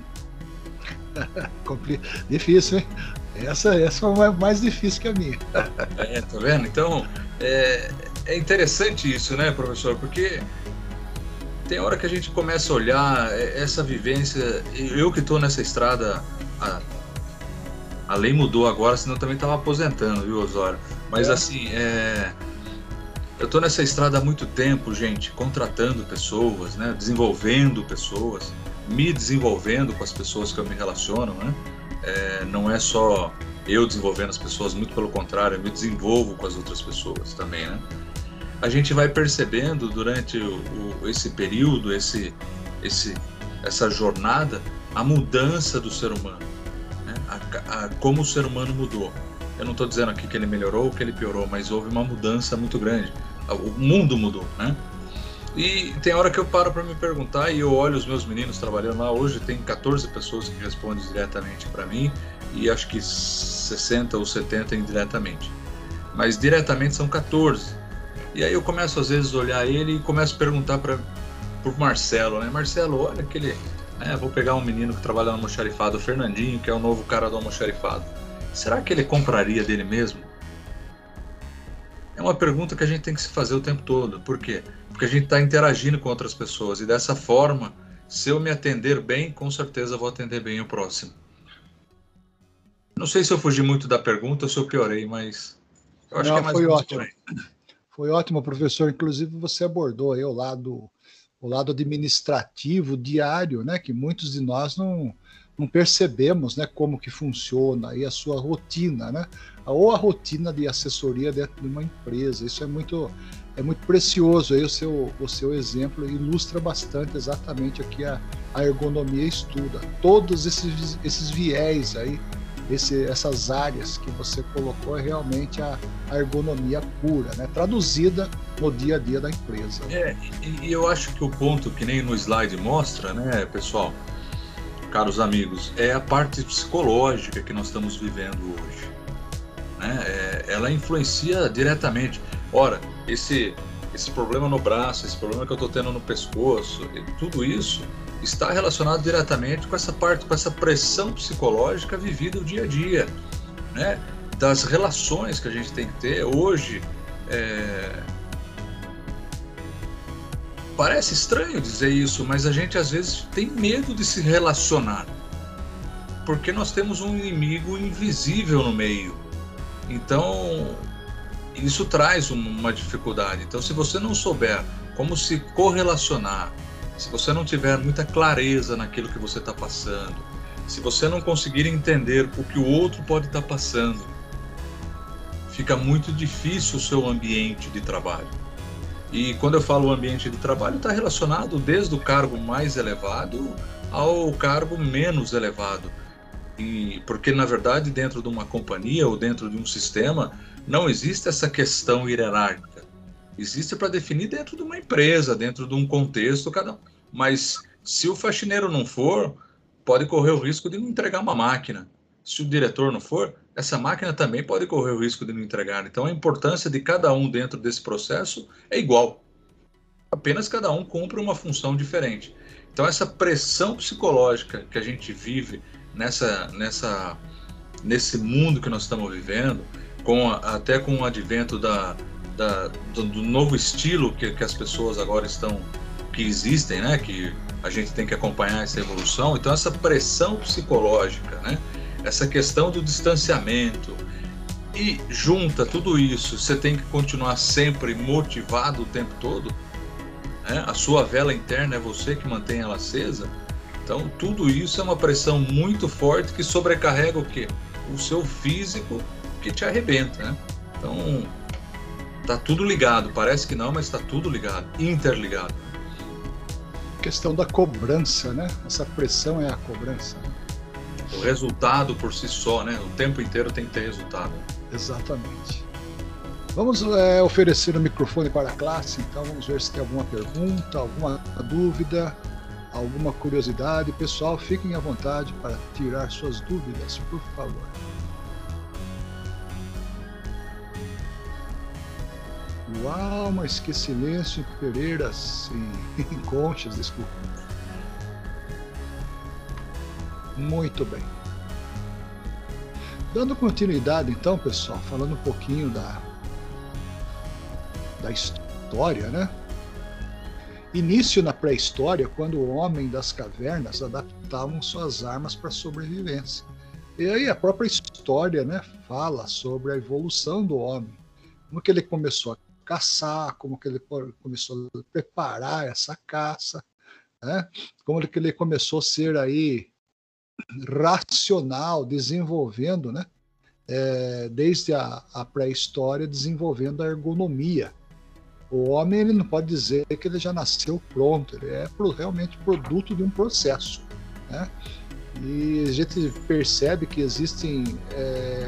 Difícil, hein? Essa, essa é mais difícil que a minha. É, tá vendo? Então, é, é interessante isso, né, professor? Porque tem hora que a gente começa a olhar essa vivência. Eu que estou nessa estrada, a, a lei mudou agora, senão eu também estava aposentando, viu, Osório? Mas é. assim, é, eu estou nessa estrada há muito tempo, gente, contratando pessoas, né, desenvolvendo pessoas, me desenvolvendo com as pessoas que eu me relaciono, né? É, não é só eu desenvolvendo as pessoas, muito pelo contrário, eu me desenvolvo com as outras pessoas também, né? A gente vai percebendo durante o, o, esse período, esse, esse, essa jornada, a mudança do ser humano, né? a, a, como o ser humano mudou. Eu não estou dizendo aqui que ele melhorou ou que ele piorou, mas houve uma mudança muito grande. O mundo mudou, né? E tem hora que eu paro para me perguntar e eu olho os meus meninos trabalhando lá. Hoje tem quatorze pessoas que respondem diretamente para mim e acho que sessenta ou setenta indiretamente. Mas diretamente são quatorze. E aí eu começo às vezes a olhar ele e começo a perguntar para o Marcelo, né? Marcelo, olha aquele... Né? Vou pegar um menino que trabalha no almoxarifado, o Fernandinho, que é o novo cara do almoxarifado. Será que ele compraria dele mesmo? É uma pergunta que a gente tem que se fazer o tempo todo. Por quê? Porque a gente está interagindo com outras pessoas e dessa forma, se eu me atender bem, com certeza vou atender bem o próximo. Não sei se eu fugi muito da pergunta ou se eu piorei, mas eu acho Não, que é mais foi ou menos ótimo. por aí. Foi ótimo, professor. Inclusive, você abordou aí o lado, o lado administrativo, diário, né? Que muitos de nós não, não percebemos, né? Como que funciona aí a sua rotina, né? Ou a rotina de assessoria dentro de uma empresa. Isso é muito, é muito precioso. Aí o seu, o seu exemplo ilustra bastante exatamente aqui a, a ergonomia estuda. Todos esses, esses viés aí, esse, essas áreas que você colocou é realmente a, a ergonomia pura, né? Traduzida no dia a dia da empresa. É, e, e eu acho que o ponto que nem no slide mostra, né, pessoal, caros amigos, é a parte psicológica que nós estamos vivendo hoje. Né? É, ela influencia diretamente. Ora, esse, esse problema no braço, esse problema que eu estou tendo no pescoço, tudo isso está relacionado diretamente com essa parte, com essa pressão psicológica vivida o dia a dia, né? Das relações que a gente tem que ter. Hoje, é... parece estranho dizer isso, mas a gente às vezes tem medo de se relacionar, porque nós temos um inimigo invisível no meio. Então, isso traz uma dificuldade. Então, se você não souber como se correlacionar se você não tiver muita clareza naquilo que você está passando, se você não conseguir entender o que o outro pode estar passando, fica muito difícil o seu ambiente de trabalho. E quando eu falo ambiente de trabalho, está relacionado desde o cargo mais elevado ao cargo menos elevado. E porque, na verdade, dentro de uma companhia ou dentro de um sistema, não existe essa questão hierárquica. Existe para definir dentro de uma empresa, dentro de um contexto, cada um. Mas se o faxineiro não for, pode correr o risco de não entregar uma máquina. Se o diretor não for, essa máquina também pode correr o risco de não entregar. Então, a importância de cada um dentro desse processo é igual. Apenas cada um cumpre uma função diferente. Então, essa pressão psicológica que a gente vive nessa, nessa, nesse mundo que nós estamos vivendo, com a, até com o advento da, da, do, do novo estilo que, que as pessoas agora estão, que existem, né? Que a gente tem que acompanhar essa evolução. Então, essa pressão psicológica, né? Essa questão do distanciamento, e junta tudo isso, você tem que continuar sempre motivado o tempo todo, né? A sua vela interna é você que mantém ela acesa. Então, tudo isso é uma pressão muito forte que sobrecarrega o quê? O seu físico, que te arrebenta, né? Então, tá tudo ligado. Parece que não, mas tá tudo ligado, interligado. Questão da cobrança, né? Essa pressão é a cobrança, né? O resultado por si só, né? O tempo inteiro tem que ter resultado. Exatamente. Vamos é, oferecer o microfone para a classe, então vamos ver se tem alguma pergunta, alguma dúvida, alguma curiosidade. Pessoal, fiquem à vontade para tirar suas dúvidas, por favor. Uau, mas que silêncio em Pereiras, em, em Conchas, desculpa. Muito bem. Dando continuidade, então, pessoal, falando um pouquinho da, da história, né? Início na pré-história, quando o homem das cavernas adaptavam suas armas para a sobrevivência. E aí a própria história, né, fala sobre a evolução do homem. Como que ele começou a caçar, como que ele começou a preparar essa caça, né? Como que ele começou a ser aí racional, desenvolvendo, né? É, desde a, a pré-história, desenvolvendo a ergonomia. O homem, ele não pode dizer que ele já nasceu pronto, ele é pro, realmente produto de um processo, né? E a gente percebe que existem é,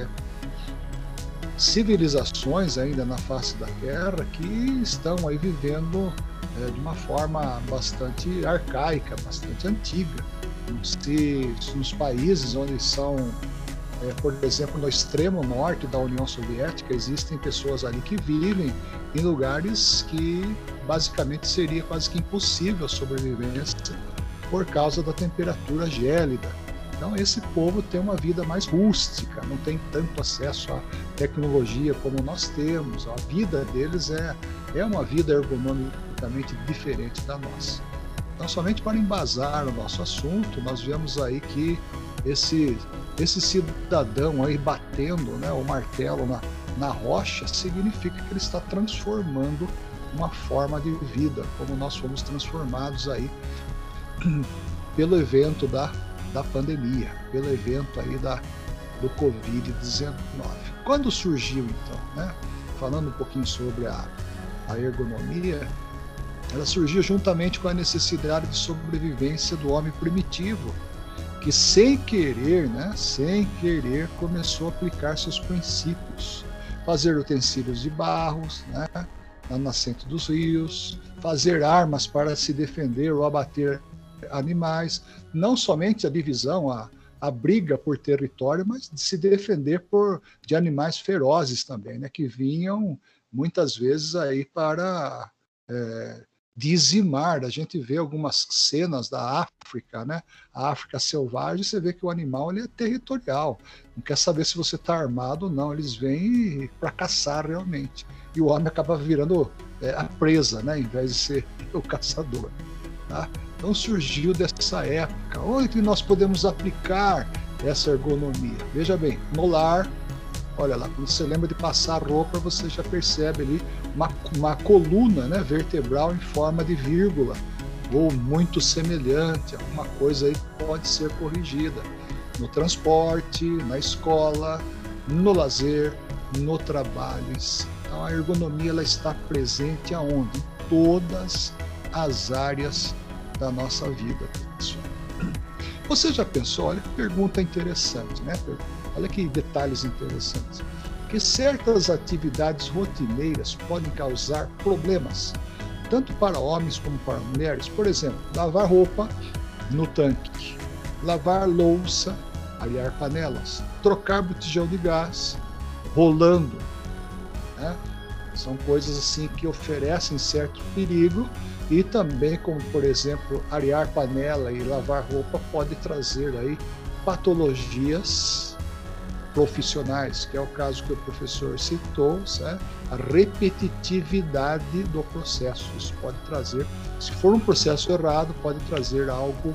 civilizações ainda na face da Terra que estão aí vivendo é, de uma forma bastante arcaica, bastante antiga. Se, nos países onde são, é, por exemplo, no extremo norte da União Soviética, existem pessoas ali que vivem em lugares que basicamente seria quase que impossível a sobrevivência por causa da temperatura gélida. Então esse povo tem uma vida mais rústica, não tem tanto acesso à tecnologia como nós temos. A vida deles é, é uma vida ergonomicamente diferente da nossa. Então, somente para embasar o nosso assunto, nós vemos aí que esse, esse cidadão aí batendo, né, o martelo na, na rocha, significa que ele está transformando uma forma de vida, como nós fomos transformados aí pelo evento da, da pandemia, pelo evento aí da, do covid dezenove. Quando surgiu, então, né, falando um pouquinho sobre a, a ergonomia, ela surgiu juntamente com a necessidade de sobrevivência do homem primitivo, que sem querer, né, sem querer, começou a aplicar seus princípios, fazer utensílios de barros, né, na nascente dos rios, fazer armas para se defender ou abater animais, não somente a divisão, a, a briga por território, mas de se defender por, de animais ferozes também, né, que vinham muitas vezes aí para é, dizimar. A gente vê algumas cenas da África, né? A África selvagem, você vê que o animal ele é territorial, não quer saber se você está armado ou não, eles vêm para caçar realmente. E o homem acaba virando é, a presa, né? Em vez de ser o caçador. Tá? Então surgiu dessa época. Onde nós podemos aplicar essa ergonomia? Veja bem, no lar. Olha lá, quando você lembra de passar roupa, você já percebe ali uma, uma coluna, né, vertebral em forma de vírgula. ou muito semelhante, alguma coisa aí pode ser corrigida no transporte, na escola, no lazer, no trabalho em si. Então a ergonomia ela está presente aonde? Em todas as áreas da nossa vida, pessoal. Você já pensou? Olha que pergunta interessante, né? Olha que detalhes interessantes. Que certas atividades rotineiras podem causar problemas, tanto para homens como para mulheres. Por exemplo, lavar roupa no tanque, lavar louça, arear panelas, trocar botijão de gás, rolando, né? São coisas assim que oferecem certo perigo e também, como por exemplo, arear panela e lavar roupa pode trazer aí patologias profissionais, que é o caso que o professor citou, né? A repetitividade do processo. Isso pode trazer, se for um processo errado, pode trazer algo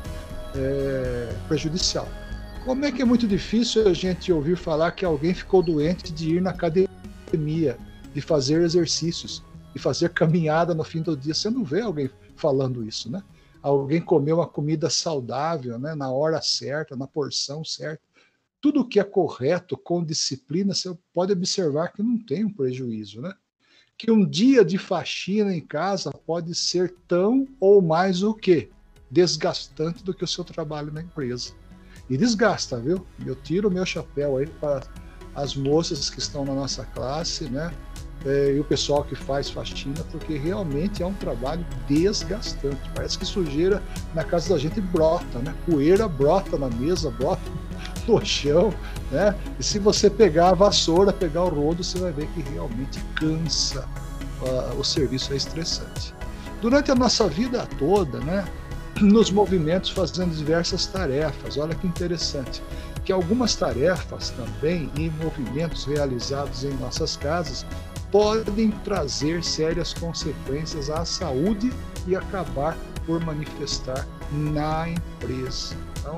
é, prejudicial. Como é que é muito difícil a gente ouvir falar que alguém ficou doente de ir na academia, de fazer exercícios, de fazer caminhada no fim do dia? Você não vê alguém falando isso, né? Alguém comeu uma comida saudável, né? Na hora certa, na porção certa. Tudo que é correto, com disciplina, você pode observar que não tem um prejuízo, né? Que um dia de faxina em casa pode ser tão ou mais o quê? Desgastante do que o seu trabalho na empresa. E desgasta, viu? Eu tiro o meu chapéu aí para as moças que estão na nossa classe, né? É, e o pessoal que faz faxina, porque realmente é um trabalho desgastante. Parece que sujeira na casa da gente brota, né? Poeira brota na mesa, brota no chão, né? E se você pegar a vassoura, pegar o rodo, você vai ver que realmente cansa. Uh, o serviço é estressante. Durante a nossa vida toda, né? Nos movimentos fazendo diversas tarefas. Olha que interessante, que algumas tarefas também e movimentos realizados em nossas casas podem trazer sérias consequências à saúde e acabar por manifestar na empresa. Então,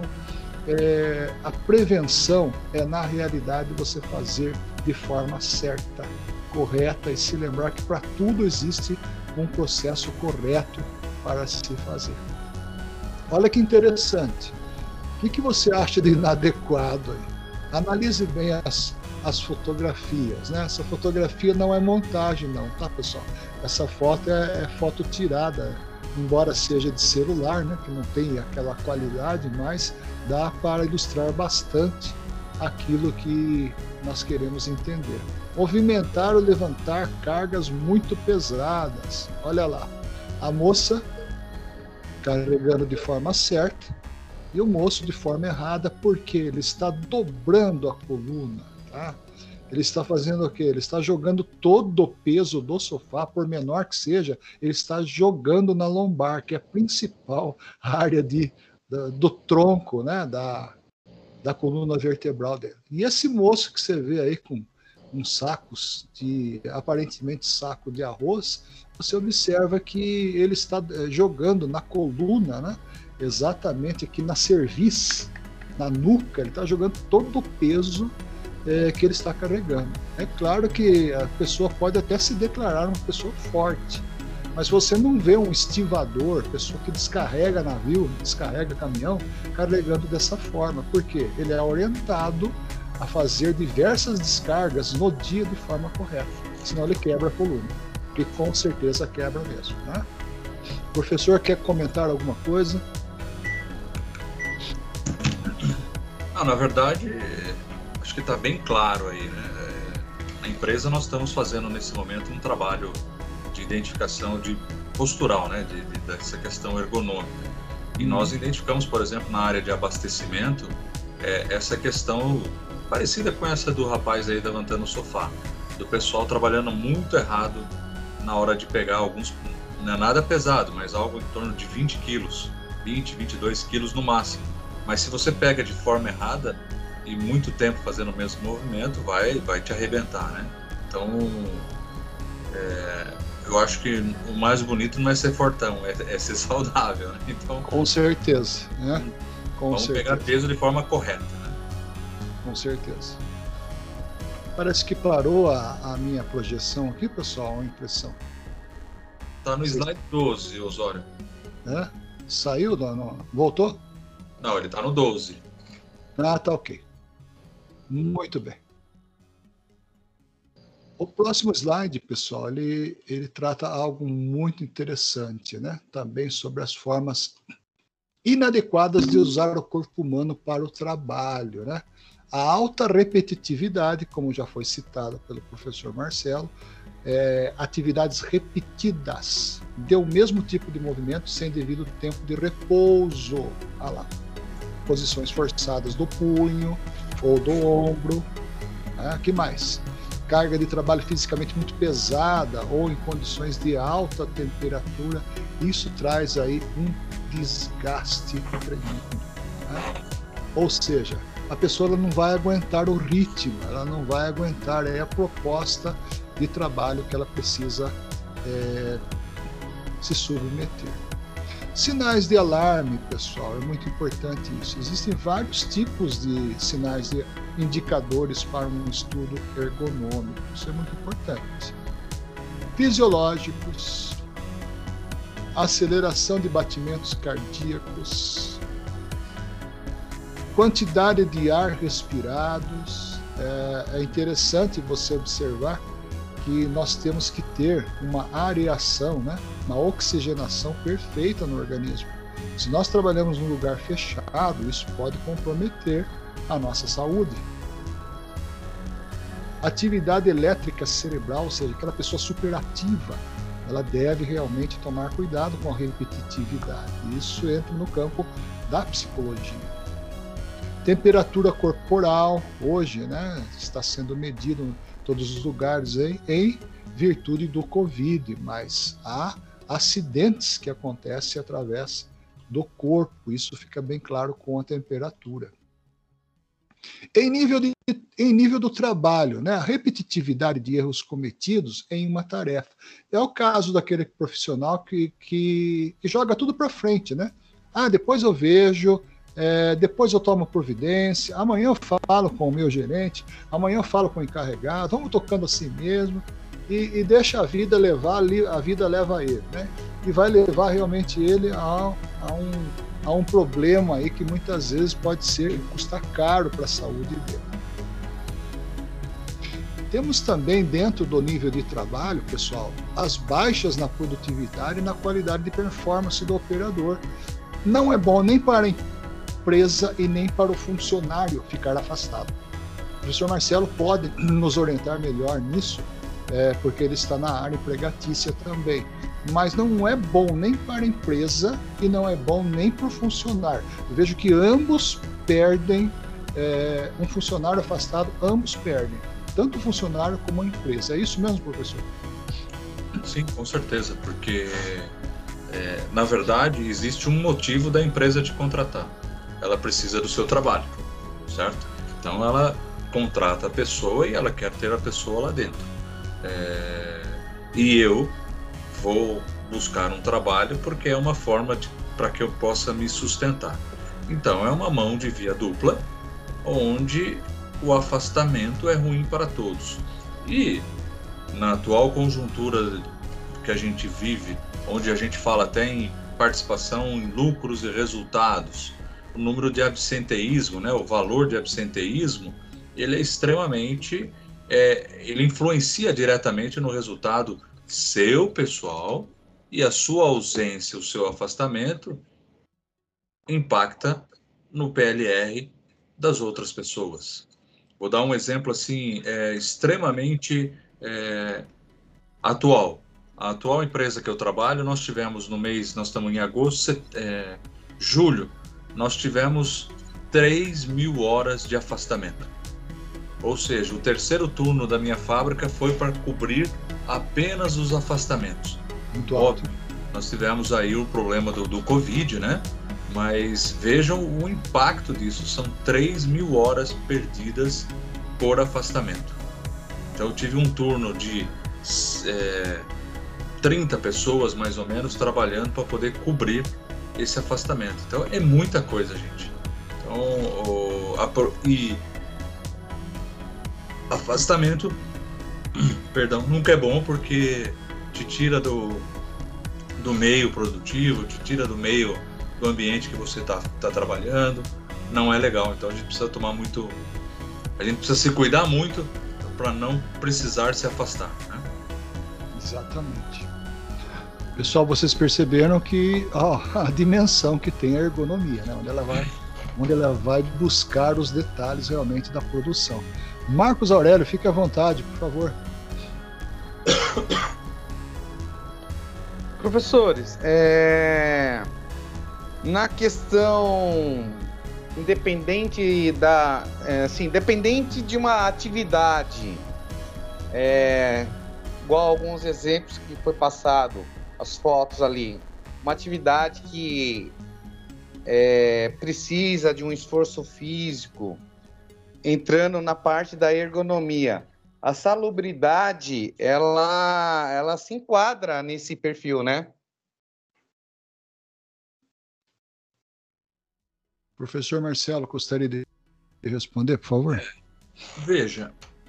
é, a prevenção é, na realidade, você fazer de forma certa, correta e se lembrar que para tudo existe um processo correto para se fazer. Olha que interessante. O que, que você acha de inadequado aí? Analise bem as, as fotografias, né? Essa fotografia não é montagem não, tá, pessoal? Essa foto é, é foto tirada, embora seja de celular, né? Que não tem aquela qualidade, mas dá para ilustrar bastante aquilo que nós queremos entender. Movimentar ou levantar cargas muito pesadas. Olha lá, a moça carregando de forma certa e o moço de forma errada, porque ele está dobrando a coluna, tá? Ele está fazendo o quê? Ele está jogando todo o peso do sofá, por menor que seja, ele está jogando na lombar, que é a principal área de, da, do tronco, né? Da, da coluna vertebral dele. E esse moço que você vê aí com uns sacos de, aparentemente saco de arroz, você observa que ele está jogando na coluna, né? Exatamente aqui na cerviz, na nuca, ele está jogando todo o peso é, que ele está carregando. É claro que a pessoa pode até se declarar uma pessoa forte, mas você não vê um estivador, pessoa que descarrega navio, descarrega caminhão, carregando dessa forma, porque ele é orientado a fazer diversas descargas no dia de forma correta, senão ele quebra a coluna, que com certeza quebra mesmo, né? O professor quer comentar alguma coisa? Ah, na verdade, acho que está bem claro aí, né? Na empresa nós estamos fazendo nesse momento um trabalho de identificação de postural, né? De, de, dessa questão ergonômica. E nós identificamos, por exemplo, na área de abastecimento, é, essa questão parecida com essa do rapaz aí levantando o sofá, do pessoal trabalhando muito errado na hora de pegar alguns, não é nada pesado, mas algo em torno de vinte quilos, vinte, vinte e dois quilos no máximo. Mas se você pega de forma errada e muito tempo fazendo o mesmo movimento, vai, vai te arrebentar, né? Então, é, eu acho que o mais bonito não é ser fortão, é, é ser saudável, né? Então, com certeza, né? Com vamos certeza. pegar peso de forma correta, né? Com certeza. Parece que parou a, a minha projeção aqui, pessoal, a impressão. Tá no slide doze, Osório. É? Saiu? Não, não. Voltou? Não, ele está no doze. Ah, tá ok. Muito bem. O próximo slide, pessoal, ele, ele trata algo muito interessante, né? Também sobre as formas inadequadas de usar o corpo humano para o trabalho, né? A alta repetitividade, como já foi citado pelo professor Marcelo, é, atividades repetidas do mesmo tipo de movimento sem devido tempo de repouso. Ah lá. Posições forçadas do punho ou do ombro. Ah, que mais? Carga de trabalho fisicamente muito pesada ou em condições de alta temperatura. Isso traz aí um desgaste tremendo. Né? Ou seja, a pessoa ela não vai aguentar o ritmo, ela não vai aguentar é a proposta de trabalho que ela precisa é, se submeter. Sinais de alarme, pessoal, é muito importante isso. Existem vários tipos de sinais de indicadores para um estudo ergonômico, isso é muito importante. Fisiológicos, aceleração de batimentos cardíacos, quantidade de ar respirados. É, é interessante você observar que nós temos que ter uma areação, né? Uma oxigenação perfeita no organismo. Se nós trabalhamos num lugar fechado, isso pode comprometer a nossa saúde. Atividade elétrica cerebral, ou seja, aquela pessoa superativa, ela deve realmente tomar cuidado com a repetitividade. Isso entra no campo da psicologia. Temperatura corporal, hoje, né, está sendo medido em todos os lugares aí, em virtude do Covid, mas há acidentes que acontecem através do corpo, isso fica bem claro com a temperatura. Em nível, de, em nível do trabalho, né, a repetitividade de erros cometidos em uma tarefa. É o caso daquele profissional que, que, que joga tudo para frente, né? Ah, depois eu vejo, é, depois eu tomo providência, amanhã eu falo com o meu gerente, amanhã eu falo com o encarregado, vamos tocando assim mesmo, e, e deixa a vida levar, a vida leva ele, né? E vai levar realmente ele a, a um... há um problema aí que muitas vezes pode ser custar caro para a saúde dele. Temos também dentro do nível de trabalho, pessoal, as baixas na produtividade e na qualidade de performance do operador. Não é bom nem para a empresa e nem para o funcionário ficar afastado. O professor Marcelo pode nos orientar melhor nisso, é, porque ele está na área empregatícia também. Mas não é bom nem para a empresa e não é bom nem para o funcionário. Eu vejo que ambos perdem, é, um funcionário afastado, ambos perdem, tanto o funcionário como a empresa. É isso mesmo, professor? Sim, com certeza, porque, é, na verdade, existe um motivo da empresa te contratar. Ela precisa do seu trabalho, certo? Então, ela contrata a pessoa e ela quer ter a pessoa lá dentro. É, e eu vou buscar um trabalho porque é uma forma para que eu possa me sustentar. Então, é uma mão de via dupla, onde o afastamento é ruim para todos. E, na atual conjuntura que a gente vive, onde a gente fala até em participação em lucros e resultados, o número de absenteísmo, né, o valor de absenteísmo, ele é extremamente, é, ele influencia diretamente no resultado seu pessoal, e a sua ausência, o seu afastamento impacta no P L R das outras pessoas. Vou dar um exemplo assim, é, extremamente é, atual. A atual empresa que eu trabalho, nós tivemos no mês, nós estamos em agosto, set, é, julho, nós tivemos três mil horas de afastamento. Ou seja, o terceiro turno da minha fábrica foi para cobrir apenas os afastamentos. Muito alto. Óbvio, nós tivemos aí o problema do, do Covid, né? Mas vejam o impacto disso, são três mil horas perdidas por afastamento. Então eu tive um turno de é, trinta pessoas, mais ou menos, trabalhando para poder cobrir esse afastamento. Então é muita coisa, gente. Então, o, a, e afastamento, perdão, nunca é bom porque te tira do, do meio produtivo, te tira do meio do ambiente que você está tá trabalhando, não é legal. Então a gente precisa tomar muito, a gente precisa se cuidar muito para não precisar se afastar, né? Exatamente. Pessoal, vocês perceberam que ó, a dimensão que tem a ergonomia, né? Onde ela vai, onde ela vai buscar os detalhes realmente da produção. Marcos Aurélio, fique à vontade, por favor. Professores, é... na questão independente da, é, assim, independente de uma atividade, é, igual alguns exemplos que foi passado, as fotos ali, uma atividade que é, precisa de um esforço físico, entrando na parte da ergonomia, a salubridade, ela, ela se enquadra nesse perfil, né? Professor Marcelo, gostaria de responder, por favor? Veja,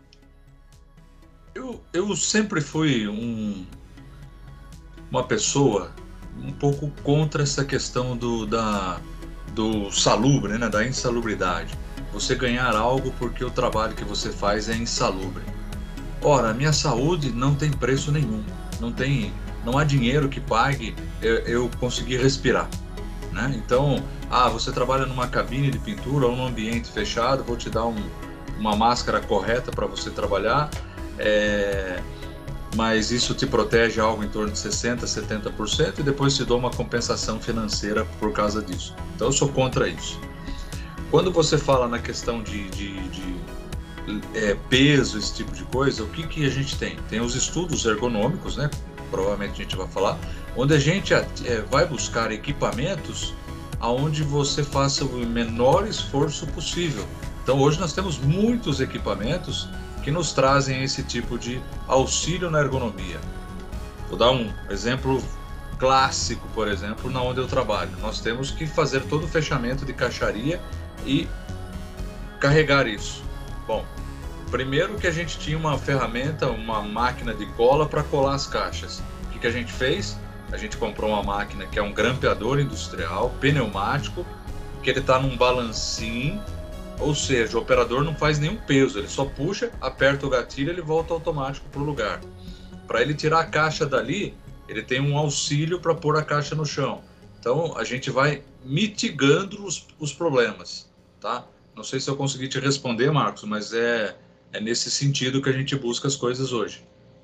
eu, eu sempre fui um, uma pessoa um pouco contra essa questão do, da, do salubre, né, da insalubridade. Você ganhar algo porque o trabalho que você faz é insalubre. Ora, a minha saúde não tem preço nenhum, não tem, não há dinheiro que pague eu, eu conseguir respirar, né? Então, ah, você trabalha numa cabine de pintura ou num ambiente fechado, vou te dar um, uma máscara correta para você trabalhar, é, mas isso te protege algo em torno de sessenta por cento, setenta por cento e depois te dou uma compensação financeira por causa disso. Então, eu sou contra isso. Quando você fala na questão de, de, de é, peso, esse tipo de coisa, o que, que a gente tem? Tem os estudos ergonômicos, né? Provavelmente a gente vai falar, onde a gente é, vai buscar equipamentos aonde você faça o menor esforço possível. Então hoje nós temos muitos equipamentos que nos trazem esse tipo de auxílio na ergonomia. Vou dar um exemplo clássico, por exemplo, na onde eu trabalho. Nós temos que fazer todo o fechamento de caixaria e carregar isso. Bom, primeiro que a gente tinha uma ferramenta, uma máquina de cola para colar as caixas. O que, que a gente fez? A gente comprou uma máquina que é um grampeador industrial, pneumático, que ele está num balancinho, ou seja, o operador não faz nenhum peso, ele só puxa, aperta o gatilho e ele volta automático para o lugar. Para ele tirar a caixa dali, ele tem um auxílio para pôr a caixa no chão. Então a gente vai mitigando os, os problemas, tá? Não sei se eu consegui te responder, Marcos, mas é, é nesse sentido que a gente busca as coisas hoje.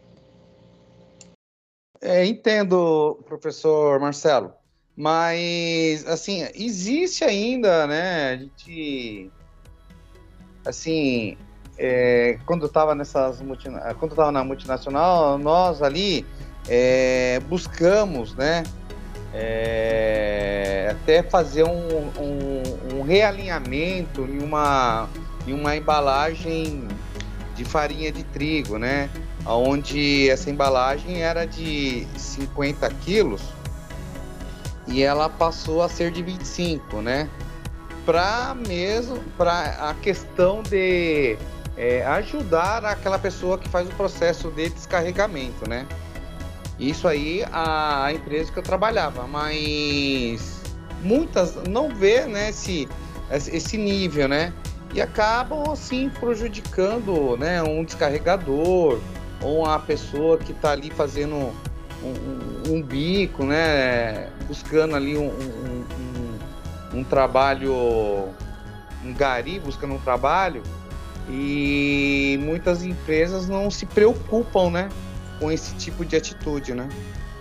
É, entendo, professor Marcelo, mas, assim, existe ainda, né, a gente, assim, é, quando eu estava nessas, multina... quando eu estava na multinacional, nós ali é, buscamos, né, é, até fazer um, um, um realinhamento em uma, em uma embalagem de farinha de trigo, né, onde essa embalagem era de cinquenta quilos e ela passou a ser de vinte e cinco, né? Para mesmo, para a questão de é, ajudar aquela pessoa que faz o processo de descarregamento, né? Isso aí a, a empresa que eu trabalhava, mas muitas não vê, né, esse, esse nível, né? E acabam assim prejudicando, né, um descarregador ou a pessoa que está ali fazendo um, um, um bico, né, buscando ali um, um, um, um trabalho, um gari, buscando um trabalho, e muitas empresas não se preocupam, né, com esse tipo de atitude, né?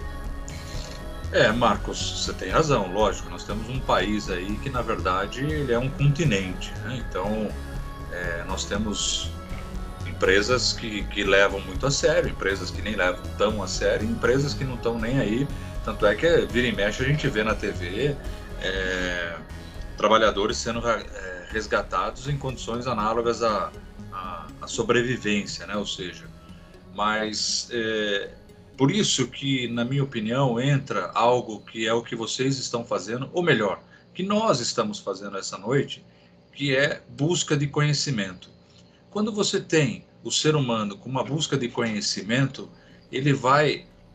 É, Marcos, você tem razão, lógico, nós temos um país aí que, na verdade, ele é um continente, né? Então, é, nós temos empresas que, que levam muito a sério, empresas que nem levam tão a sério, e empresas que não estão nem aí. Tanto é que vira e mexe a gente vê na T V é, trabalhadores sendo é, resgatados em condições análogas à, à, à sobrevivência, né? Ou seja, mas é, por isso que, na minha opinião, entra algo que é o que vocês estão fazendo, ou melhor, que nós estamos fazendo essa noite, que é busca de conhecimento. Quando você tem o ser humano com uma busca de conhecimento, ele vai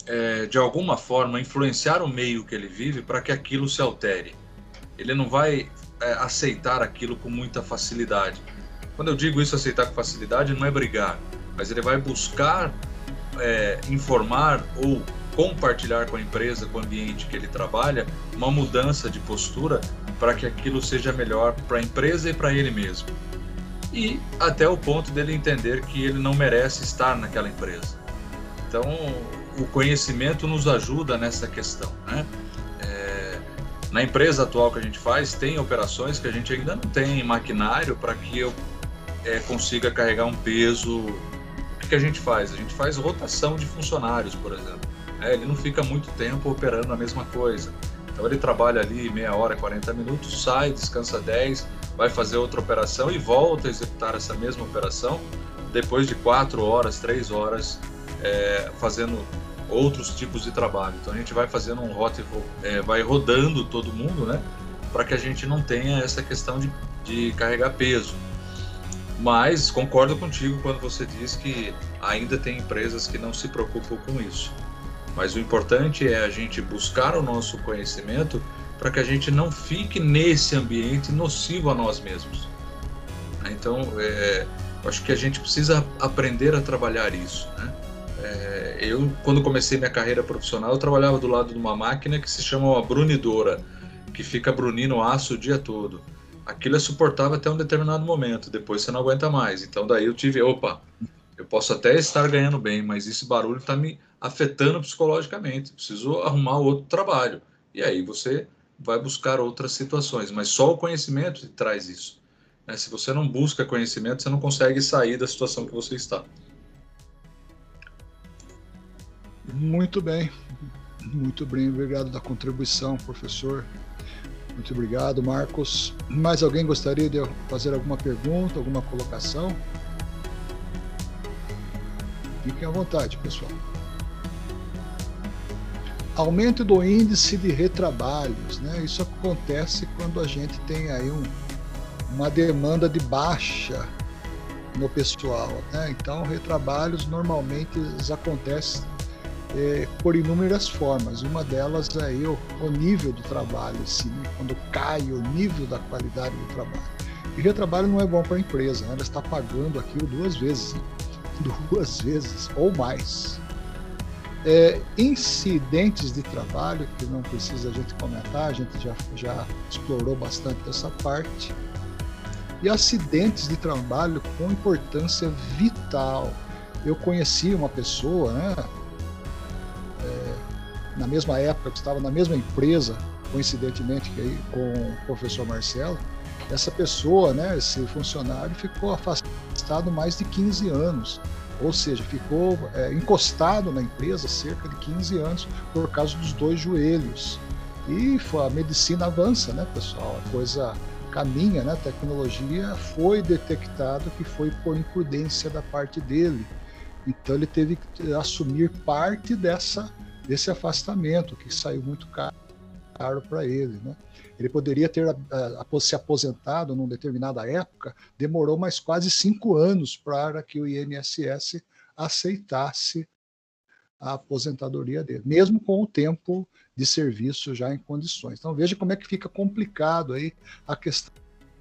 é, de alguma forma, influenciar o meio que ele vive para que aquilo se altere. Ele não vai é, aceitar aquilo com muita facilidade. Quando eu digo isso, aceitar com facilidade, não é brigar, mas ele vai buscar é, informar ou compartilhar com a empresa, com o ambiente que ele trabalha, uma mudança de postura para que aquilo seja melhor para a empresa e para ele mesmo. E até o ponto dele entender que ele não merece estar naquela empresa. Então, o conhecimento nos ajuda nessa questão, né? É, na empresa atual que a gente faz, tem operações que a gente ainda não tem maquinário para que eu é, consiga carregar um peso. O que, que a gente faz? A gente faz rotação de funcionários, por exemplo. É, ele não fica muito tempo operando a mesma coisa. Então ele trabalha ali meia hora, quarenta minutos, sai, descansa dez, vai fazer outra operação e volta a executar essa mesma operação depois de quatro horas, três horas, é, fazendo outros tipos de trabalho. Então a gente vai fazendo um rota, é, vai rodando todo mundo, né, para que a gente não tenha essa questão de, de carregar peso. Mas concordo contigo quando você diz que ainda tem empresas que não se preocupam com isso. Mas o importante é a gente buscar o nosso conhecimento para que a gente não fique nesse ambiente nocivo a nós mesmos. Então, é, acho que a gente precisa aprender a trabalhar isso, né? É, eu, quando comecei minha carreira profissional, eu trabalhava do lado de uma máquina que se chama uma brunidora, que fica brunindo aço o dia todo. Aquilo é suportável até um determinado momento, depois você não aguenta mais. Então, daí eu tive, opa, eu posso até estar ganhando bem, mas esse barulho está me afetando psicologicamente, preciso arrumar outro trabalho. E aí você vai buscar outras situações, mas só o conhecimento traz isso. Né? Se você não busca conhecimento, você não consegue sair da situação que você está. Muito bem, muito bem, obrigado da contribuição, professor. Muito obrigado, Marcos. Mais alguém gostaria de fazer alguma pergunta, alguma colocação? Fiquem à vontade, pessoal. Aumento do índice de retrabalhos, né? Isso acontece quando a gente tem aí um, uma demanda de baixa no pessoal, né? Então, retrabalhos normalmente eles acontecem é, por inúmeras formas. Uma delas é aí o, o nível do trabalho, assim, quando cai o nível da qualidade do trabalho. E retrabalho não é bom para a empresa, né? Ela está pagando aquilo duas vezes, né? duas vezes ou mais. É, incidentes de trabalho, que não precisa a gente comentar, a gente já, já explorou bastante essa parte. E acidentes de trabalho com importância vital. Eu conheci uma pessoa, né, é, na mesma época, que estava na mesma empresa, coincidentemente que com o professor Marcelo. Essa pessoa, né, esse funcionário, ficou afastado mais de quinze anos. Ou seja, ficou é, encostado na empresa cerca de quinze anos por causa dos dois joelhos. E a medicina avança, né, pessoal? A coisa caminha, né? A tecnologia foi detectado que foi por imprudência da parte dele. Então ele teve que assumir parte dessa, desse afastamento, que saiu muito caro, caro para ele, né? Ele poderia ter a, a, se aposentado numa determinada época, demorou mais quase cinco anos para que o I N S S aceitasse a aposentadoria dele, mesmo com o tempo de serviço já em condições. Então veja como é que fica complicado aí a questão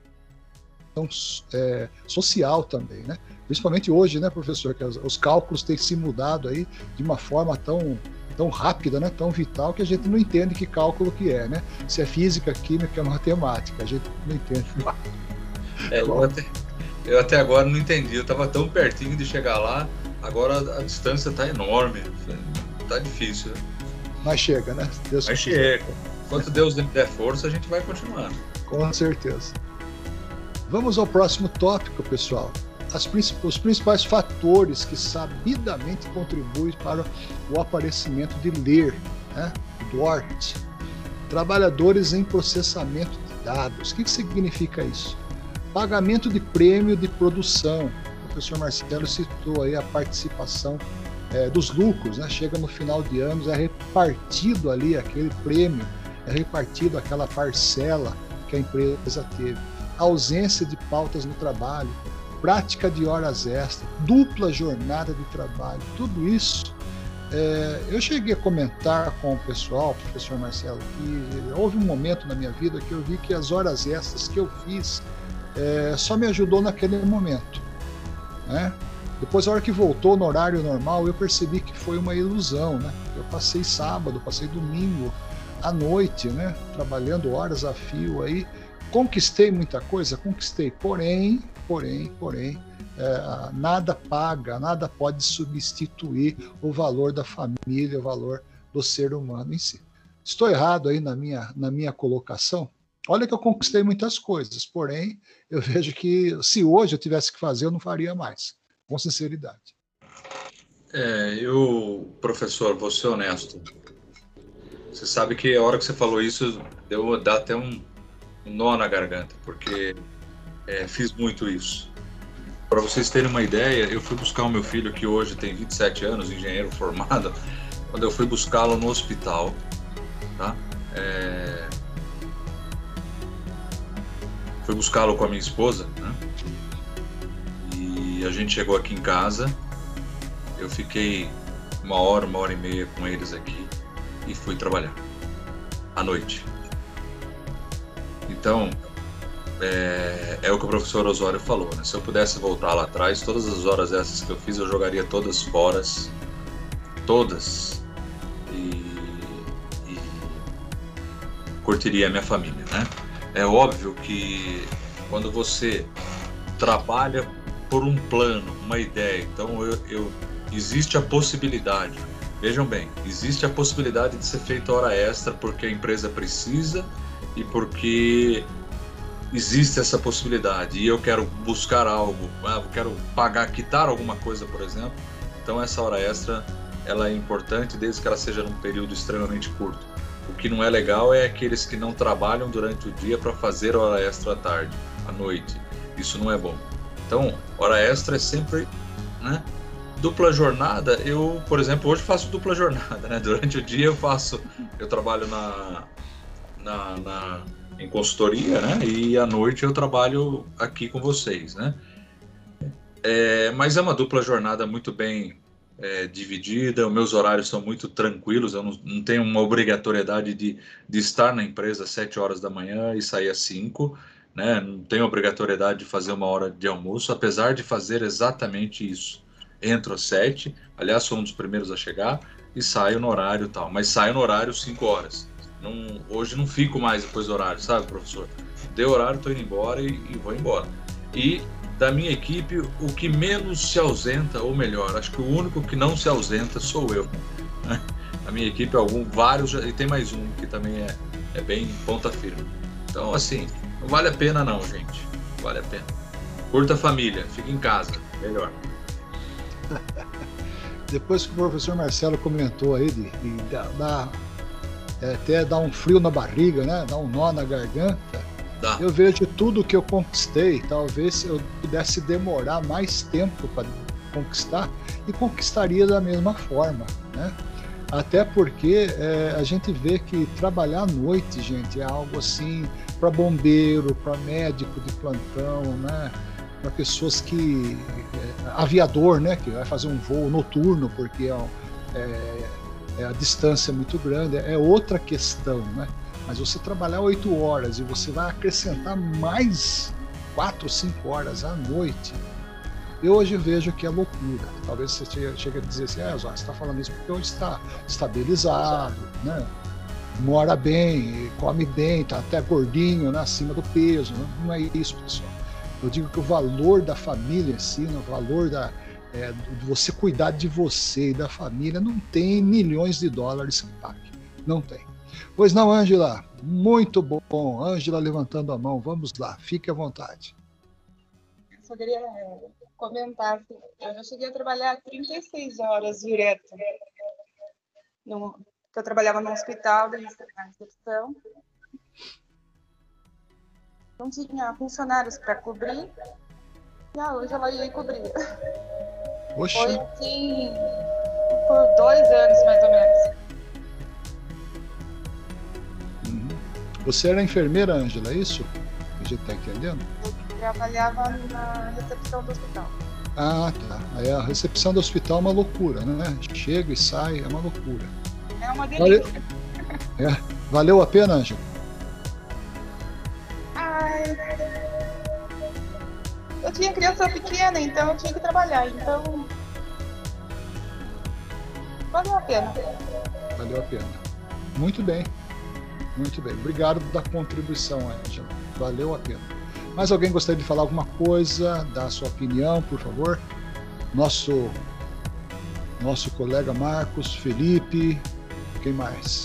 é, social também, né? Principalmente hoje, né, professor, que os, os cálculos têm se mudado aí de uma forma tão tão rápida, né, tão vital, que a gente não entende que cálculo que é, né? Se é física, química, matemática, a gente não entende. É, eu, até, eu até agora não entendi, eu estava tão pertinho de chegar lá, agora a distância está enorme, está difícil. Mas chega, né? Deus Mas chega. Enquanto Deus der força, a gente vai continuar. Com certeza. Vamos ao próximo tópico, pessoal. As, os principais fatores que sabidamente contribuem para o aparecimento de L E R, né? D O R T. Trabalhadores em processamento de dados. O que, que significa isso? Pagamento de prêmio de produção. O professor Marcelo citou aí a participação é, dos lucros, né? Chega no final de anos, é repartido ali aquele prêmio, é repartido aquela parcela que a empresa teve. Ausência de pautas no trabalho, prática de horas extras, dupla jornada de trabalho, tudo isso É, eu cheguei a comentar com o pessoal, professor Marcelo, que houve um momento na minha vida que eu vi que as horas extras que eu fiz é, só me ajudou naquele momento, né? Depois, a hora que voltou no horário normal, eu percebi que foi uma ilusão, né? Eu passei sábado, passei domingo à noite, né? Trabalhando horas a fio aí. Conquistei muita coisa, conquistei, porém, porém, porém, é, nada paga, nada pode substituir o valor da família, o valor do ser humano em si. Estou errado aí na minha, na minha colocação? Olha que eu conquistei muitas coisas, porém, eu vejo que se hoje eu tivesse que fazer, eu não faria mais. Com sinceridade. É, eu, professor, vou ser honesto. Você sabe que a hora que você falou isso, deu dá até um, um nó na garganta, porque é, fiz muito isso. Para vocês terem uma ideia, eu fui buscar o meu filho, que hoje tem vinte e sete anos, engenheiro formado, quando eu fui buscá-lo no hospital, tá? É... Fui buscá-lo com a minha esposa, né? E a gente chegou aqui em casa, eu fiquei uma hora, uma hora e meia com eles aqui e fui trabalhar à noite. Então, é, é o que o professor Osório falou, né? Se eu pudesse voltar lá atrás, todas as horas essas que eu fiz, eu jogaria todas fora, todas, e, e curtiria a minha família, né? É óbvio que quando você trabalha por um plano, uma ideia, então eu, eu, existe a possibilidade, vejam bem, existe a possibilidade de ser feita hora extra porque a empresa precisa e porque existe essa possibilidade e eu quero buscar algo, eu quero pagar, quitar alguma coisa, por exemplo, então essa hora extra ela é importante desde que ela seja num período extremamente curto. O que não é legal é aqueles que não trabalham durante o dia para fazer hora extra à tarde, à noite, isso não é bom. Então, hora extra é sempre, né? Dupla jornada, eu, por exemplo, hoje faço dupla jornada, né? Durante o dia eu faço, eu trabalho na, na, na, em consultoria, né? E à noite eu trabalho aqui com vocês, né? É, mas é uma dupla jornada muito bem é, dividida, os meus horários são muito tranquilos, eu não, não tenho uma obrigatoriedade de, de estar na empresa às sete horas da manhã e sair às cinco, né? Não tenho obrigatoriedade de fazer uma hora de almoço, apesar de fazer exatamente isso. Entro às sete, aliás, sou um dos primeiros a chegar e saio no horário e tal, mas saio no horário cinco horas. Não, hoje não fico mais depois do horário, sabe, professor? Deu horário, estou indo embora e, e vou embora. E da minha equipe, o que menos se ausenta, ou melhor, acho que o único que não se ausenta sou eu. Né? A minha equipe, algum, vários, e tem mais um que também é, é bem ponta firme. Então, assim, não vale a pena não, gente. Não vale a pena. Curta a família, fica em casa, melhor. Depois que o professor Marcelo comentou aí de, de, de dar, é, até dar um frio na barriga, né? Dar um nó na garganta, Dá. Eu vejo tudo que eu conquistei, talvez eu pudesse demorar mais tempo para conquistar e conquistaria da mesma forma, né? Até porque é, a gente vê que trabalhar à noite, gente, é algo assim para bombeiro, para médico de plantão, né? Para pessoas que... É, aviador, né? Que vai fazer um voo noturno porque é, é, é a distância é muito grande, é outra questão, né? Mas você trabalhar oito horas e você vai acrescentar mais quatro, cinco horas à noite, eu hoje vejo que é loucura. Talvez você chegue a dizer assim, é, você está falando isso porque hoje está estabilizado, né? Mora bem, come bem, está até gordinho, né? Acima do peso. Não é isso, pessoal. Eu digo que o valor da família, assim, o valor da, é, de você cuidar de você e da família não tem milhões de dólares que pague. Não tem. Pois não, Ângela? Muito bom. Ângela levantando a mão. Vamos lá, fique à vontade. Só queria comentar que eu já cheguei a trabalhar trinta e seis horas direto. No, que eu trabalhava no hospital, na recepção. Não tinha funcionários para cobrir. E a Ângela ia cobrir. Oxe. Foi assim por dois anos, mais ou menos. Você era enfermeira, Ângela, é isso? A gente está entendendo? Eu trabalhava na recepção do hospital. Ah, tá. Aí a recepção do hospital é uma loucura, né? Chega e sai, é uma loucura. É uma Valeu, delícia. é, valeu a pena, Ângela? Ai, eu tinha criança pequena, então eu tinha que trabalhar, então valeu a pena. Valeu a pena. Muito bem. Muito bem. Obrigado da contribuição, Ângela. Valeu a pena. Mais alguém gostaria de falar alguma coisa? Dar a sua opinião, por favor? Nosso, nosso colega Marcos, Felipe, quem mais?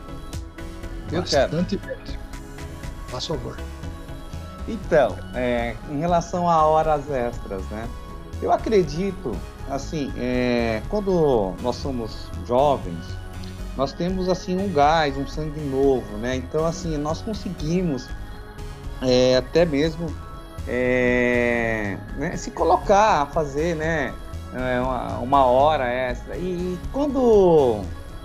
Eu quero. Bastante gente. Faz favor. Então, é, em relação a horas extras, né? Eu acredito, assim, é, quando nós somos jovens, nós temos, assim, um gás, um sangue novo, né? Então, assim, nós conseguimos é, até mesmo é, né, se colocar a fazer, né, uma, uma hora extra. E, e quando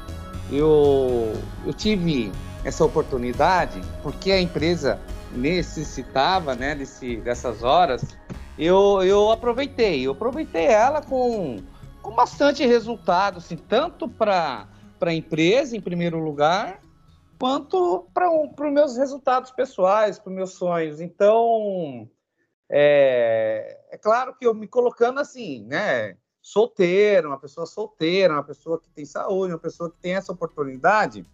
eu, eu tive essa oportunidade, porque a empresa necessitava, né, desse, dessas horas, eu, eu aproveitei, eu aproveitei ela com, com bastante resultado, assim, tanto para para a empresa, em primeiro lugar, quanto para os meus resultados pessoais, para os meus sonhos. Então, é, é claro que eu me colocando assim, né, solteiro, uma pessoa solteira, uma pessoa que tem saúde, uma pessoa que tem essa oportunidade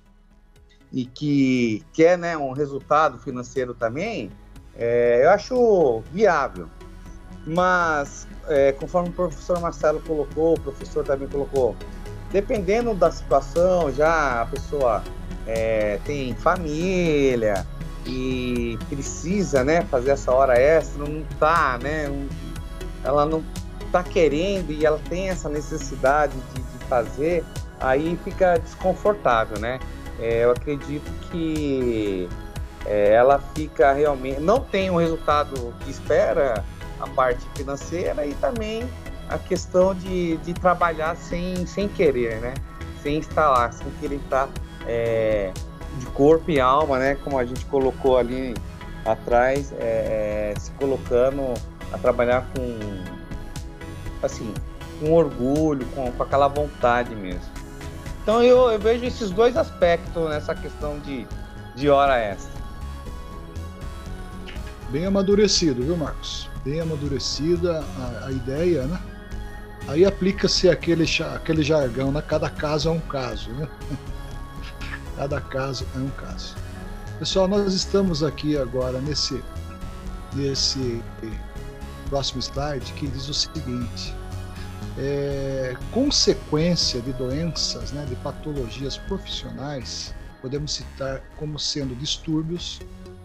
e que quer, né, um resultado financeiro também, é, eu acho viável. Mas, é, conforme o professor Marcelo colocou, o professor também colocou, dependendo da situação, já a pessoa é, tem família e precisa, né, fazer essa hora extra, não tá, né, não, ela não tá querendo e ela tem essa necessidade de, de fazer, aí fica desconfortável, né? É, eu acredito que é, ela fica realmente, não tem o resultado que espera, a parte financeira e também a questão de, de trabalhar sem, sem querer, né? Sem estar lá, sem querer estar é, de corpo e alma, né? Como a gente colocou ali atrás, é, se colocando a trabalhar com, assim, com orgulho, com, com aquela vontade mesmo. Então eu, eu vejo esses dois aspectos nessa questão de, de hora extra. Bem amadurecido, viu, Marcos? Bem amadurecida a, a ideia, né? Aí aplica-se aquele, aquele jargão, né? Cada caso é um caso, né? Cada caso é um caso. Pessoal, nós estamos aqui agora nesse, nesse próximo slide que diz o seguinte: é, consequência de doenças, né, de patologias profissionais, podemos citar como sendo distúrbios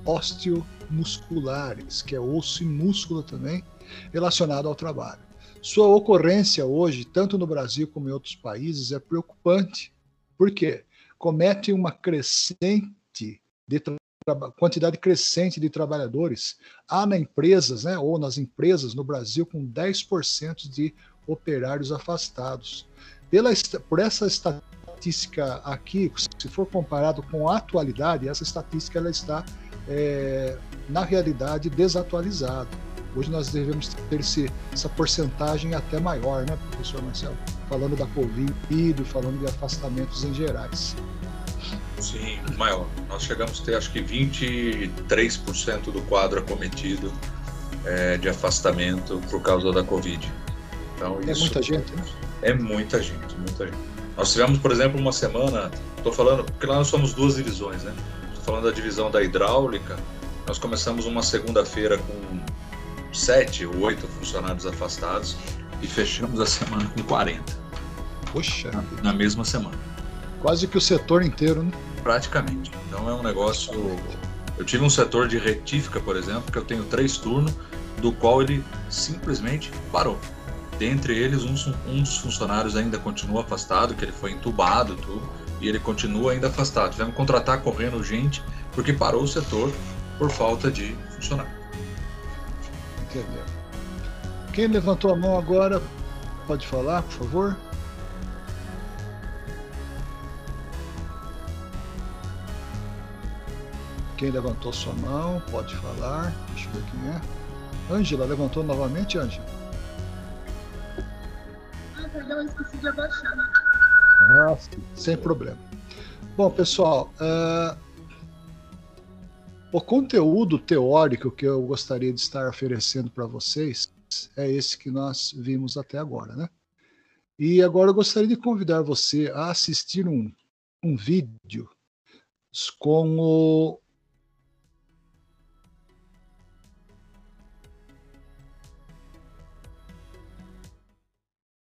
osteomusculares, que é osso e músculo também, relacionado ao trabalho. Sua ocorrência hoje, tanto no Brasil como em outros países, é preocupante. Por quê? Comete uma crescente de tra... quantidade crescente de trabalhadores. Há nas empresas, né, ou nas empresas no Brasil, com dez por cento de operários afastados. Pela, por essa estatística aqui, se for comparado com a atualidade, essa estatística ela está, é, na realidade, desatualizada. Hoje nós devemos ter esse, essa porcentagem até maior, né, professor Marcelo? Falando da Covid e falando de afastamentos em gerais. Sim, maior. Nós chegamos a ter, acho que, vinte e três por cento do quadro acometido é, de afastamento por causa da Covid. Então, é isso muita gente, né? É muita gente, muita gente. Nós tivemos, por exemplo, uma semana, estou falando, porque lá nós somos duas divisões, né? Estou falando da divisão da hidráulica. Nós começamos uma segunda-feira com sete ou oito funcionários afastados e fechamos a semana com quarenta. Poxa! Na, na mesma semana. Quase que o setor inteiro, né? Praticamente. Então é um negócio... Eu tive um setor de retífica, por exemplo, que eu tenho três turnos, do qual ele simplesmente parou. Dentre eles, um, um dos funcionários ainda continua afastado, que ele foi entubado, tudo, e ele continua ainda afastado. Tivemos que contratar correndo gente, porque parou o setor por falta de funcionário. Entendeu? Quem levantou a mão agora, pode falar, por favor? Quem levantou sua mão, pode falar. Deixa eu ver quem é. Ângela, levantou novamente, Ângela? podia baixar. Ah, sim, sem problema. Bom, pessoal, uh, o conteúdo teórico que eu gostaria de estar oferecendo para vocês é esse que nós vimos até agora, né? E agora eu gostaria de convidar você a assistir um, um vídeo com o